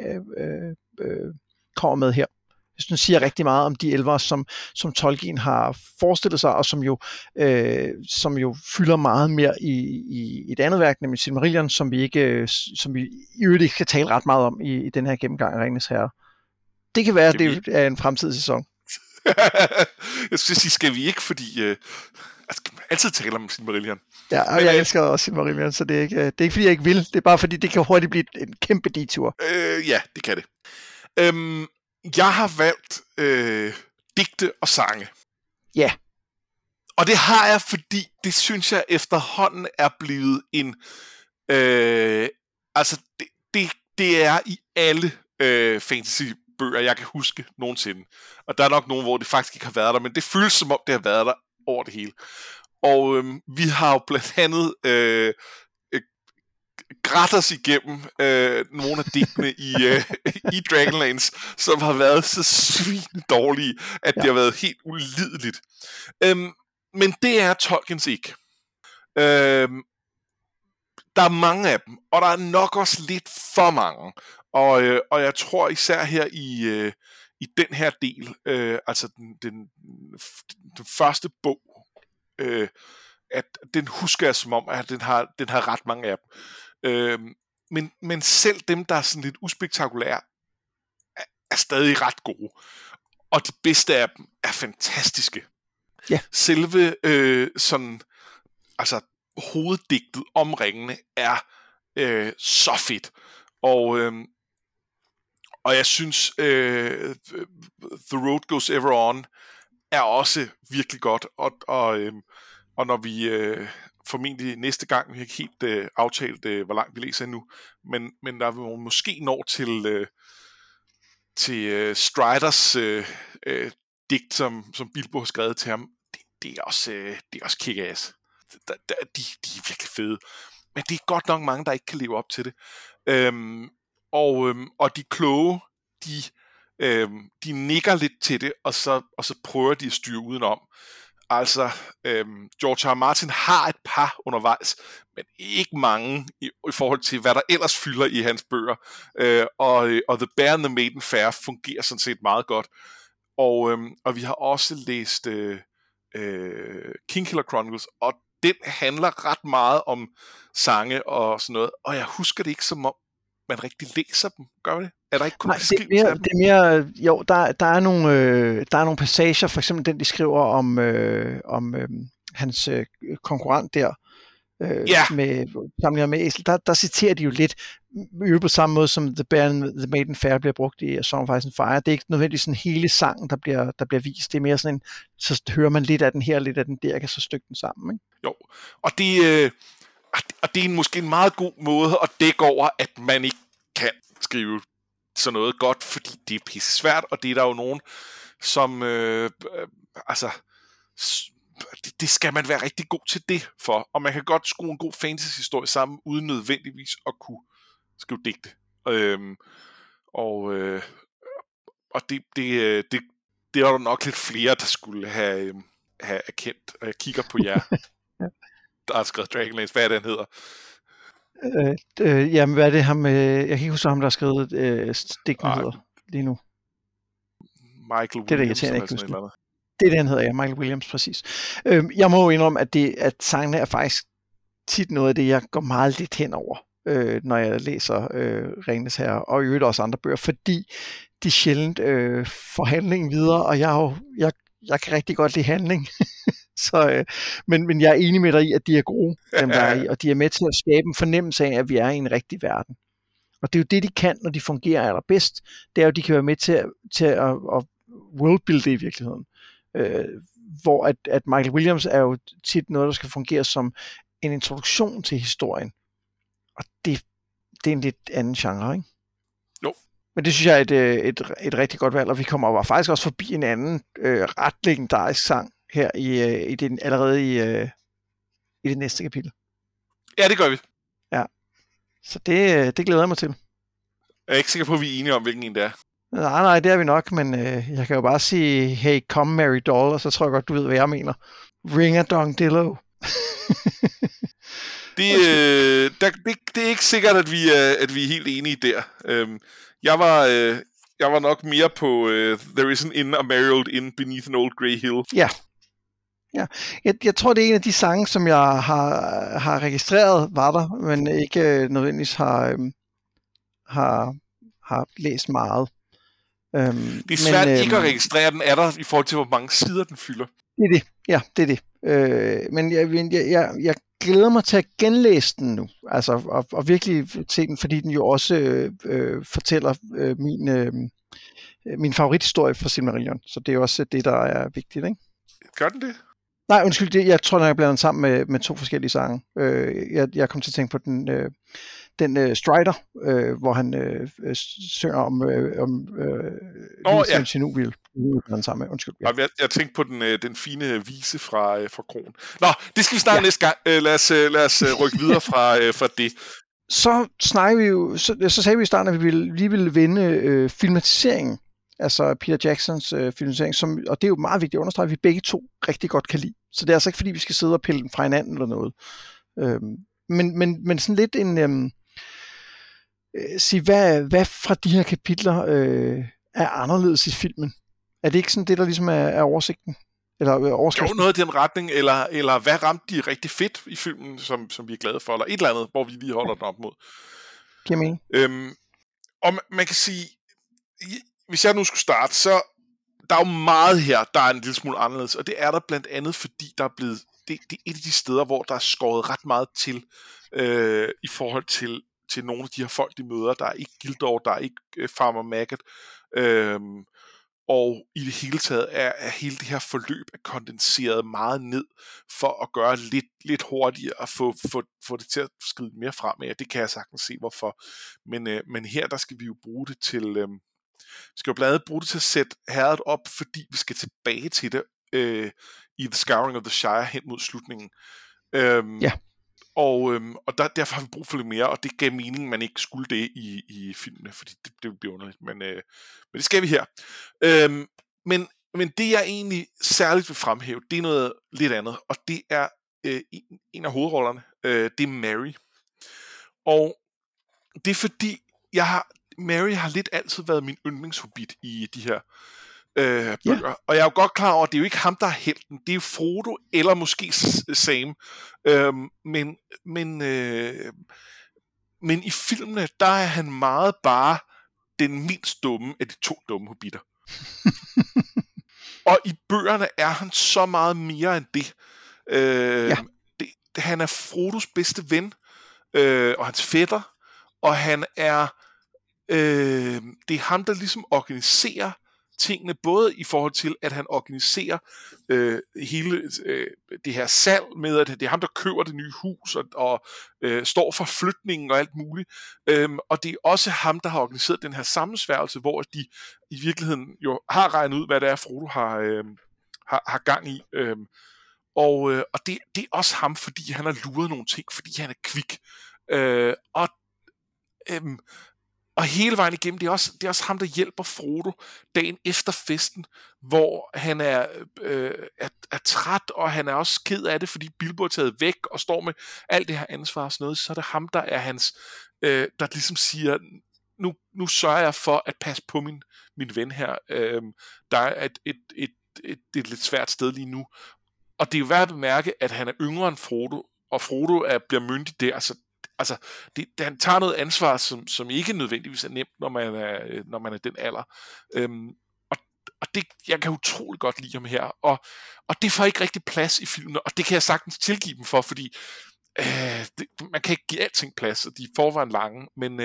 kommer med her. Jeg synes, den siger rigtig meget om de elver, som Tolkien har forestillet sig, og som jo fylder meget mere i et andet værk, nemlig Silmarillion, som vi i øvrigt ikke kan tale ret meget om i den her gennemgang af Ringenes Herre. Det kan være, at det er en fremtidig sæson. Jeg skal sige, skal vi ikke, fordi man altid tale om Silmarillion. Ja, og jeg elsker også Silmarillion, så det er ikke fordi jeg ikke vil, det er bare fordi det kan hurtigt blive en kæmpe detur. Ja, det kan det. Jeg har valgt digte og sange. Ja. Og det har jeg, fordi det synes jeg efterhånden er blevet en altså det er i alle fantasy-bøger, jeg kan huske nogensinde. Og der er nok nogen, hvor det faktisk ikke har været der, men det føles som om, det har været der over det hele. Og vi har jo blandt andet grædt os igennem nogle af digtene i Dragonlance, som har været så svinende dårlige, at det har været helt ulideligt. Men det er Tolkiens ikke. Der er mange af dem, og der er nok også lidt for mange. Og jeg tror især her i den her del, altså den første bog, at den husker jeg som om, at den har ret mange af dem. Men selv dem, der er sådan lidt uspektakulære, er stadig ret gode. Og de bedste af dem er fantastiske. Ja. Selve sådan, altså hoveddigtet om ringene er så fedt. Og jeg synes The Road Goes Ever On er også virkelig godt. Og når vi formentlig næste gang, vi har ikke helt aftalt, hvor langt vi læser endnu, men der vil måske nå til Striders digt, som Bilbo har skrevet til ham. Det er også kick-ass. De er virkelig fede. Men det er godt nok mange, der ikke kan leve op til det. Og de kloge, de nikker lidt til det, og så prøver de at styre udenom. Altså, George R. Martin har et par undervejs, men ikke mange i forhold til, hvad der ellers fylder i hans bøger. Og The Bear and the Maiden Fair fungerer sådan set meget godt. Og vi har også læst Kingkiller Chronicles, og den handler ret meget om sange og sådan noget. Og jeg husker det ikke som om, man rigtig læser dem. Gør det? Er der ikke kun beskrivelse af dem? Det er mere, jo, der er nogle passager, for eksempel den, de skriver om hans konkurrent der, med sammenlignet med Æsel. Der citerer de jo lidt på samme måde, som The Bear and the Maiden Fair bliver brugt i Song of Ice and Fire. Det er ikke nødvendigvis sådan hele sangen, der bliver vist. Det er mere sådan en, så hører man lidt af den her, lidt af den der, kan så stykke den sammen, ikke? Jo, og det er måske en meget god måde at dække over, at man ikke kan skrive sådan noget godt, fordi det er pisse svært, og det er der jo nogen, som det skal man være rigtig god til det for, og man kan godt skrue en god fantasy-historie sammen, uden nødvendigvis at kunne skrive digte. Og det er der nok lidt flere, der skulle have erkendt, og jeg kigger på jer, der har skrevet Dragonlance. Hvad er det, han hedder? Jamen, hvad er det ham? Jeg kan ikke huske ham, der har skrevet stikkene hedder lige nu. Michael Williams. Det er det, jeg tænker, ikke huske. Eller det er det, han hedder, ja. Michael Williams, præcis. Jeg må jo indrømme, at sangene er faktisk tit noget af det, jeg går meget lidt hen over, når jeg læser Ringenes Herre, og i øvrigt også andre bøger, fordi de sjældent får handlingen videre, og jeg kan rigtig godt lide handling. Så, men jeg er enig med dig i, at de er gode, dem der er i, og de er med til at skabe en fornemmelse af, at vi er i en rigtig verden. Og det er jo det, de kan, når de fungerer allerbedst. Det er jo, at de kan være med til at worldbuilde i virkeligheden. Hvor at Michael Williams er jo tit noget, der skal fungere som en introduktion til historien. Og det er en lidt anden genre, ikke? Jo. Men det synes jeg er et rigtig godt valg, og vi kommer faktisk også forbi en anden ret legendarisk sang her i den, allerede i det næste kapitel. Ja, det gør vi. Ja. Så det glæder jeg mig til. Jeg er ikke sikker på, at vi er enige om, hvilken en det er. Nej, det er vi nok, men jeg kan jo bare sige, hey, come Mary Doll, og så tror jeg godt, du ved, hvad jeg mener. Ring-a-dong-dillo. Det er ikke sikkert, at vi er helt enige der. Jeg var nok mere på There is an inn, a merry old inn beneath an old grey hill. Ja. Jeg tror, det er en af de sange, som jeg har registreret, var der, men ikke nødvendigvis har læst meget. Det er svært ikke at registrere, den er der i forhold til, hvor mange sider den fylder. Det er det. Ja, det er det. Men jeg glæder mig til at genlæse den nu, altså og virkelig se den, fordi den jo også fortæller min favorithistorie fra Silmarillion, så det er også det, der er vigtigt, ikke? Gør den det? Nej, undskyld, jeg tror, jeg blander den sammen med to forskellige sange. Jeg kom til at tænke på den Strider, hvor han synger om Sinuvil. Sammen med. Undskyld. Ja. Jeg tænkte på den fine vise fra Kronen. Nå, det skal vi snakke næste gang. Lad os rykke videre fra det. Så snakker vi jo, så sagde vi i starten, at vi lige ville vende filmatiseringen. Altså Peter Jacksons filmatisering, og det er jo meget vigtigt at understrege, at vi begge to rigtig godt kan lide. Så det er altså ikke, fordi vi skal sidde og pille den fra hinanden eller noget. Men sådan lidt en... sige, hvad fra de her kapitler er anderledes i filmen? Er det ikke sådan det, der ligesom er oversigten? Eller overskriften? Jo, noget i den retning, eller hvad ramte de rigtig fedt i filmen, som vi er glade for, eller et eller andet, hvor vi lige holder den op mod. Giver mening. Og man kan sige, hvis jeg nu skulle starte, så der er jo meget her, der er en lille smule anderledes, og det er der blandt andet, fordi der er blevet, det er et af de steder, hvor der er skåret ret meget til, i forhold til nogle af de her folk, de møder. Der er ikke Gildor, der er ikke Farmer Maggot, og i det hele taget er hele det her forløb er kondenseret meget ned for at gøre lidt hurtigere og få det til at skride mere frem af. Det kan jeg sagtens se hvorfor. Men her der skal vi jo bruge det til vi skal jo blandt andet bruge det til at sætte herredet op, fordi vi skal tilbage til det i The Scouring of the Shire hen mod slutningen. Ja. Og derfor har vi brug for lidt mere, og det gav mening, man ikke skulle det i filmene, fordi det bliver underligt, men det skal vi her. Men det jeg egentlig særligt vil fremhæve, det er noget lidt andet, og det er en af hovedrollerne, det er Mary. Og det er fordi, Mary har lidt altid været min yndlingshobbit i de her bøger. Ja. Og jeg er jo godt klar over, at det er jo ikke ham, der er helten. Det er jo Frodo, eller måske Sam. Men i filmene, der er han meget bare den mindst dumme af de to dumme hobitter. Og i bøgerne er han så meget mere end det. Han er Frodos bedste ven, og hans fætter, og han er det er ham, der ligesom organiserer tingene, både i forhold til, at han organiserer hele det her salg med, at det er ham, der køber det nye hus og står for flytningen og alt muligt. Og det er også ham, der har organiseret den her sammensværgelse, hvor de i virkeligheden jo har regnet ud, hvad det er, Frodo har gang i. Og det er også ham, fordi han har luret nogle ting, fordi han er kvik. Og hele vejen igennem, det er også ham, der hjælper Frodo dagen efter festen, hvor han er træt, og han er også ked af det, fordi Bilbo er taget væk og står med alt det her ansvar og sådan noget. Så er det ham, der er hans, der ligesom siger, nu sørger jeg for at passe på min ven her. Der er et lidt svært sted lige nu. Og det er jo værd at bemærke, at han er yngre end Frodo, og Frodo bliver myndig der, altså han tager noget ansvar, som ikke nødvendigvis er nemt, når man er den alder. Og det, jeg kan utrolig godt lide ham her. Og det får ikke rigtig plads i filmen, og det kan jeg sagtens tilgive dem for, fordi man kan ikke give alting plads, og de er forvejen lange, men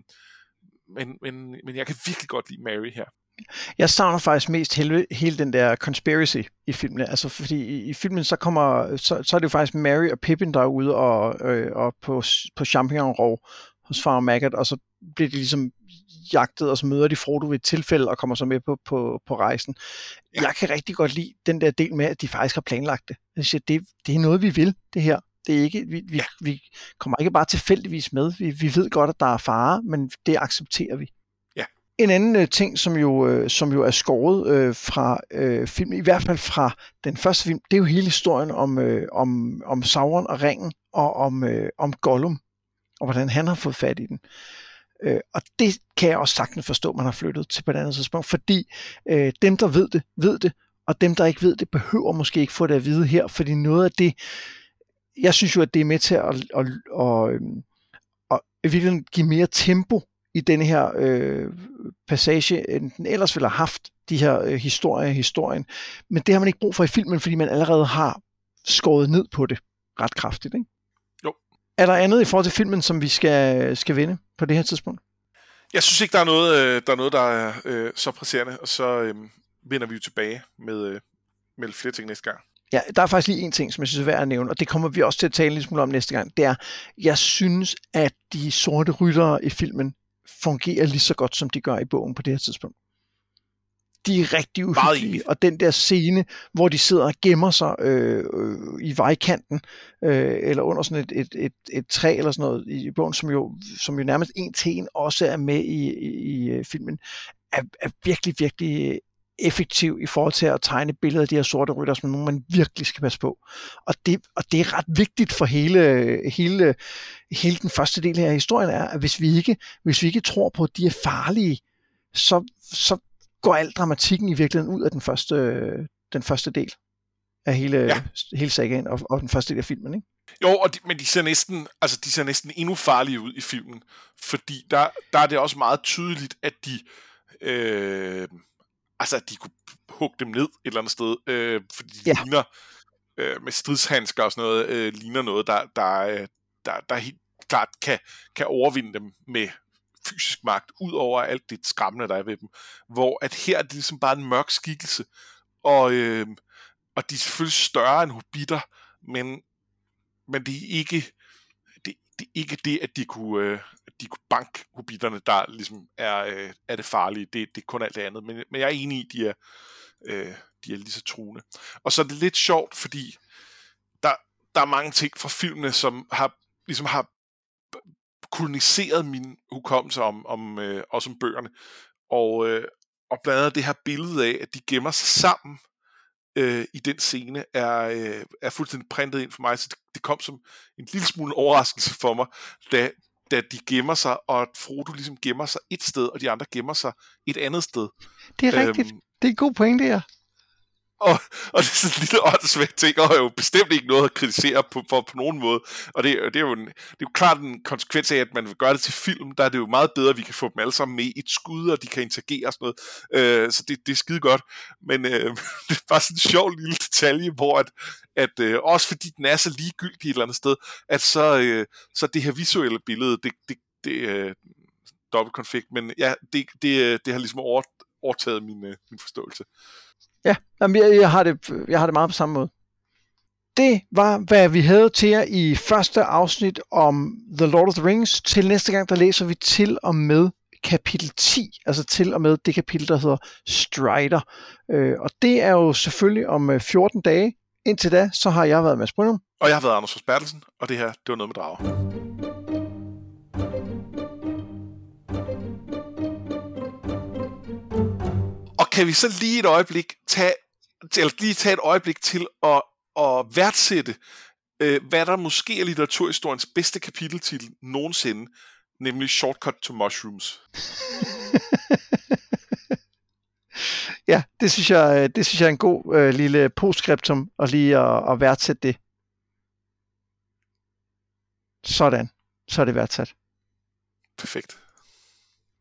jeg kan virkelig godt lide Merry her. Jeg savner faktisk mest hele den der conspiracy i filmen. Altså fordi i filmen så er det jo faktisk Merry og Pippin, der er ude og på Champignon-rov hos Farmer Maggot, og så bliver de ligesom jagtet, og så møder de Frodo ved et tilfælde og kommer så med på rejsen. Ja. Jeg kan rigtig godt lide den der del med, at de faktisk har planlagt det. Jeg siger, det er noget, vi vil, det her. Det er ikke, vi kommer ikke bare tilfældigvis med. Vi ved godt, at der er fare, men det accepterer vi. En anden ting, som jo er skåret fra filmen, i hvert fald fra den første film, det er jo hele historien om Sauron og ringen, og om Gollum, og hvordan han har fået fat i den. Og det kan jeg også sagtens forstå, man har flyttet til på et andet tidspunkt, fordi dem, der ved det, og dem, der ikke ved det, behøver måske ikke få det at vide her, fordi noget af det, jeg synes jo, at det er med til at virkelig give mere tempo i denne her passage, end den ellers ville have haft, de her historien. Men det har man ikke brug for i filmen, fordi man allerede har skåret ned på det ret kraftigt, ikke? Jo. Er der andet i forhold til filmen, som vi skal vende på det her tidspunkt? Jeg synes ikke, der er noget, der er så presserende, og så vender vi jo tilbage med flere ting næste gang. Ja, der er faktisk lige en ting, som jeg synes er værd at nævne, og det kommer vi også til at tale lidt smule om næste gang. Det er, jeg synes, at de sorte ryttere i filmen fungerer lige så godt, som de gør i bogen på det her tidspunkt. De er rigtig uhyggelige, og den der scene, hvor de sidder og gemmer sig i vejkanten, eller under sådan et træ eller sådan noget i bogen, som jo nærmest en til en også er med i filmen, er virkelig, virkelig effektiv i forhold til at tegne billeder af de her sorte rytter, som nogen man virkelig skal passe på. Og det er ret vigtigt for hele den første del af historien, er, at hvis vi ikke tror på, at de er farlige, så går al dramatikken i virkeligheden ud af den første del af hele sagaen og den første del af filmen, ikke? Jo, men de ser næsten endnu farlige ud i filmen, fordi der er det også meget tydeligt, at de at de kunne hugge dem ned et eller andet sted, fordi de ligner med stridshandsker og sådan noget, ligner noget, der helt klart kan overvinde dem med fysisk magt, ud over alt det skræmmende, der er ved dem. Hvor at her er det ligesom bare en mørk skikkelse, og de er selvfølgelig større end hobitter, men det er ikke det, at de kunne banke hobitterne, der ligesom er det farlige. Det er kun alt det andet. Men jeg er enig i, de er lige så truende. Og så er det lidt sjovt, fordi der er mange ting fra filmene, som har koloniseret min hukommelse også om bøgerne. Og blandt andet det her billede af, at de gemmer sig sammen i den scene, er fuldstændig printet ind for mig, så det kom som en lille smule overraskelse for mig, da de gemmer sig, og at Frodo ligesom gemmer sig et sted, og de andre gemmer sig et andet sted. Det er rigtigt. Det er en god pointe her. Og det er sådan en lille åndssvagt ting, og er jo bestemt ikke noget at kritisere på nogen måde. Og det er jo klart en konsekvens af, at man vil gøre det til film. Der er det jo meget bedre, at vi kan få dem alle sammen med i et skud, og de kan interagere og sådan noget. Så det er skide godt. Men det er bare sådan en sjov lille detalje, hvor at også fordi den er så ligegyldig et eller andet sted, at så det her visuelle billede, det er dobbeltkonflikt. Men ja, det har ligesom overtaget min forståelse. Ja, jeg har det meget på samme måde. Det var, hvad vi havde til jer i første afsnit om The Lord of the Rings. Til næste gang, der læser vi til og med kapitel 10, altså til og med det kapitel, der hedder Strider. Og det er jo selvfølgelig om 14 dage, Indtil da, så har jeg været Mads Brynum. Og jeg har været Anders Forsbertelsen, og det her, det var noget med drager. Og kan vi så lige tage et øjeblik til at værdsætte, hvad der måske er litteraturhistoriens bedste kapiteltitel nogensinde, nemlig Shortcut to Mushrooms. Ja, det synes jeg er en god lille postscriptum, og lige at værdsætte det. Sådan. Så er det værdsat. Perfekt.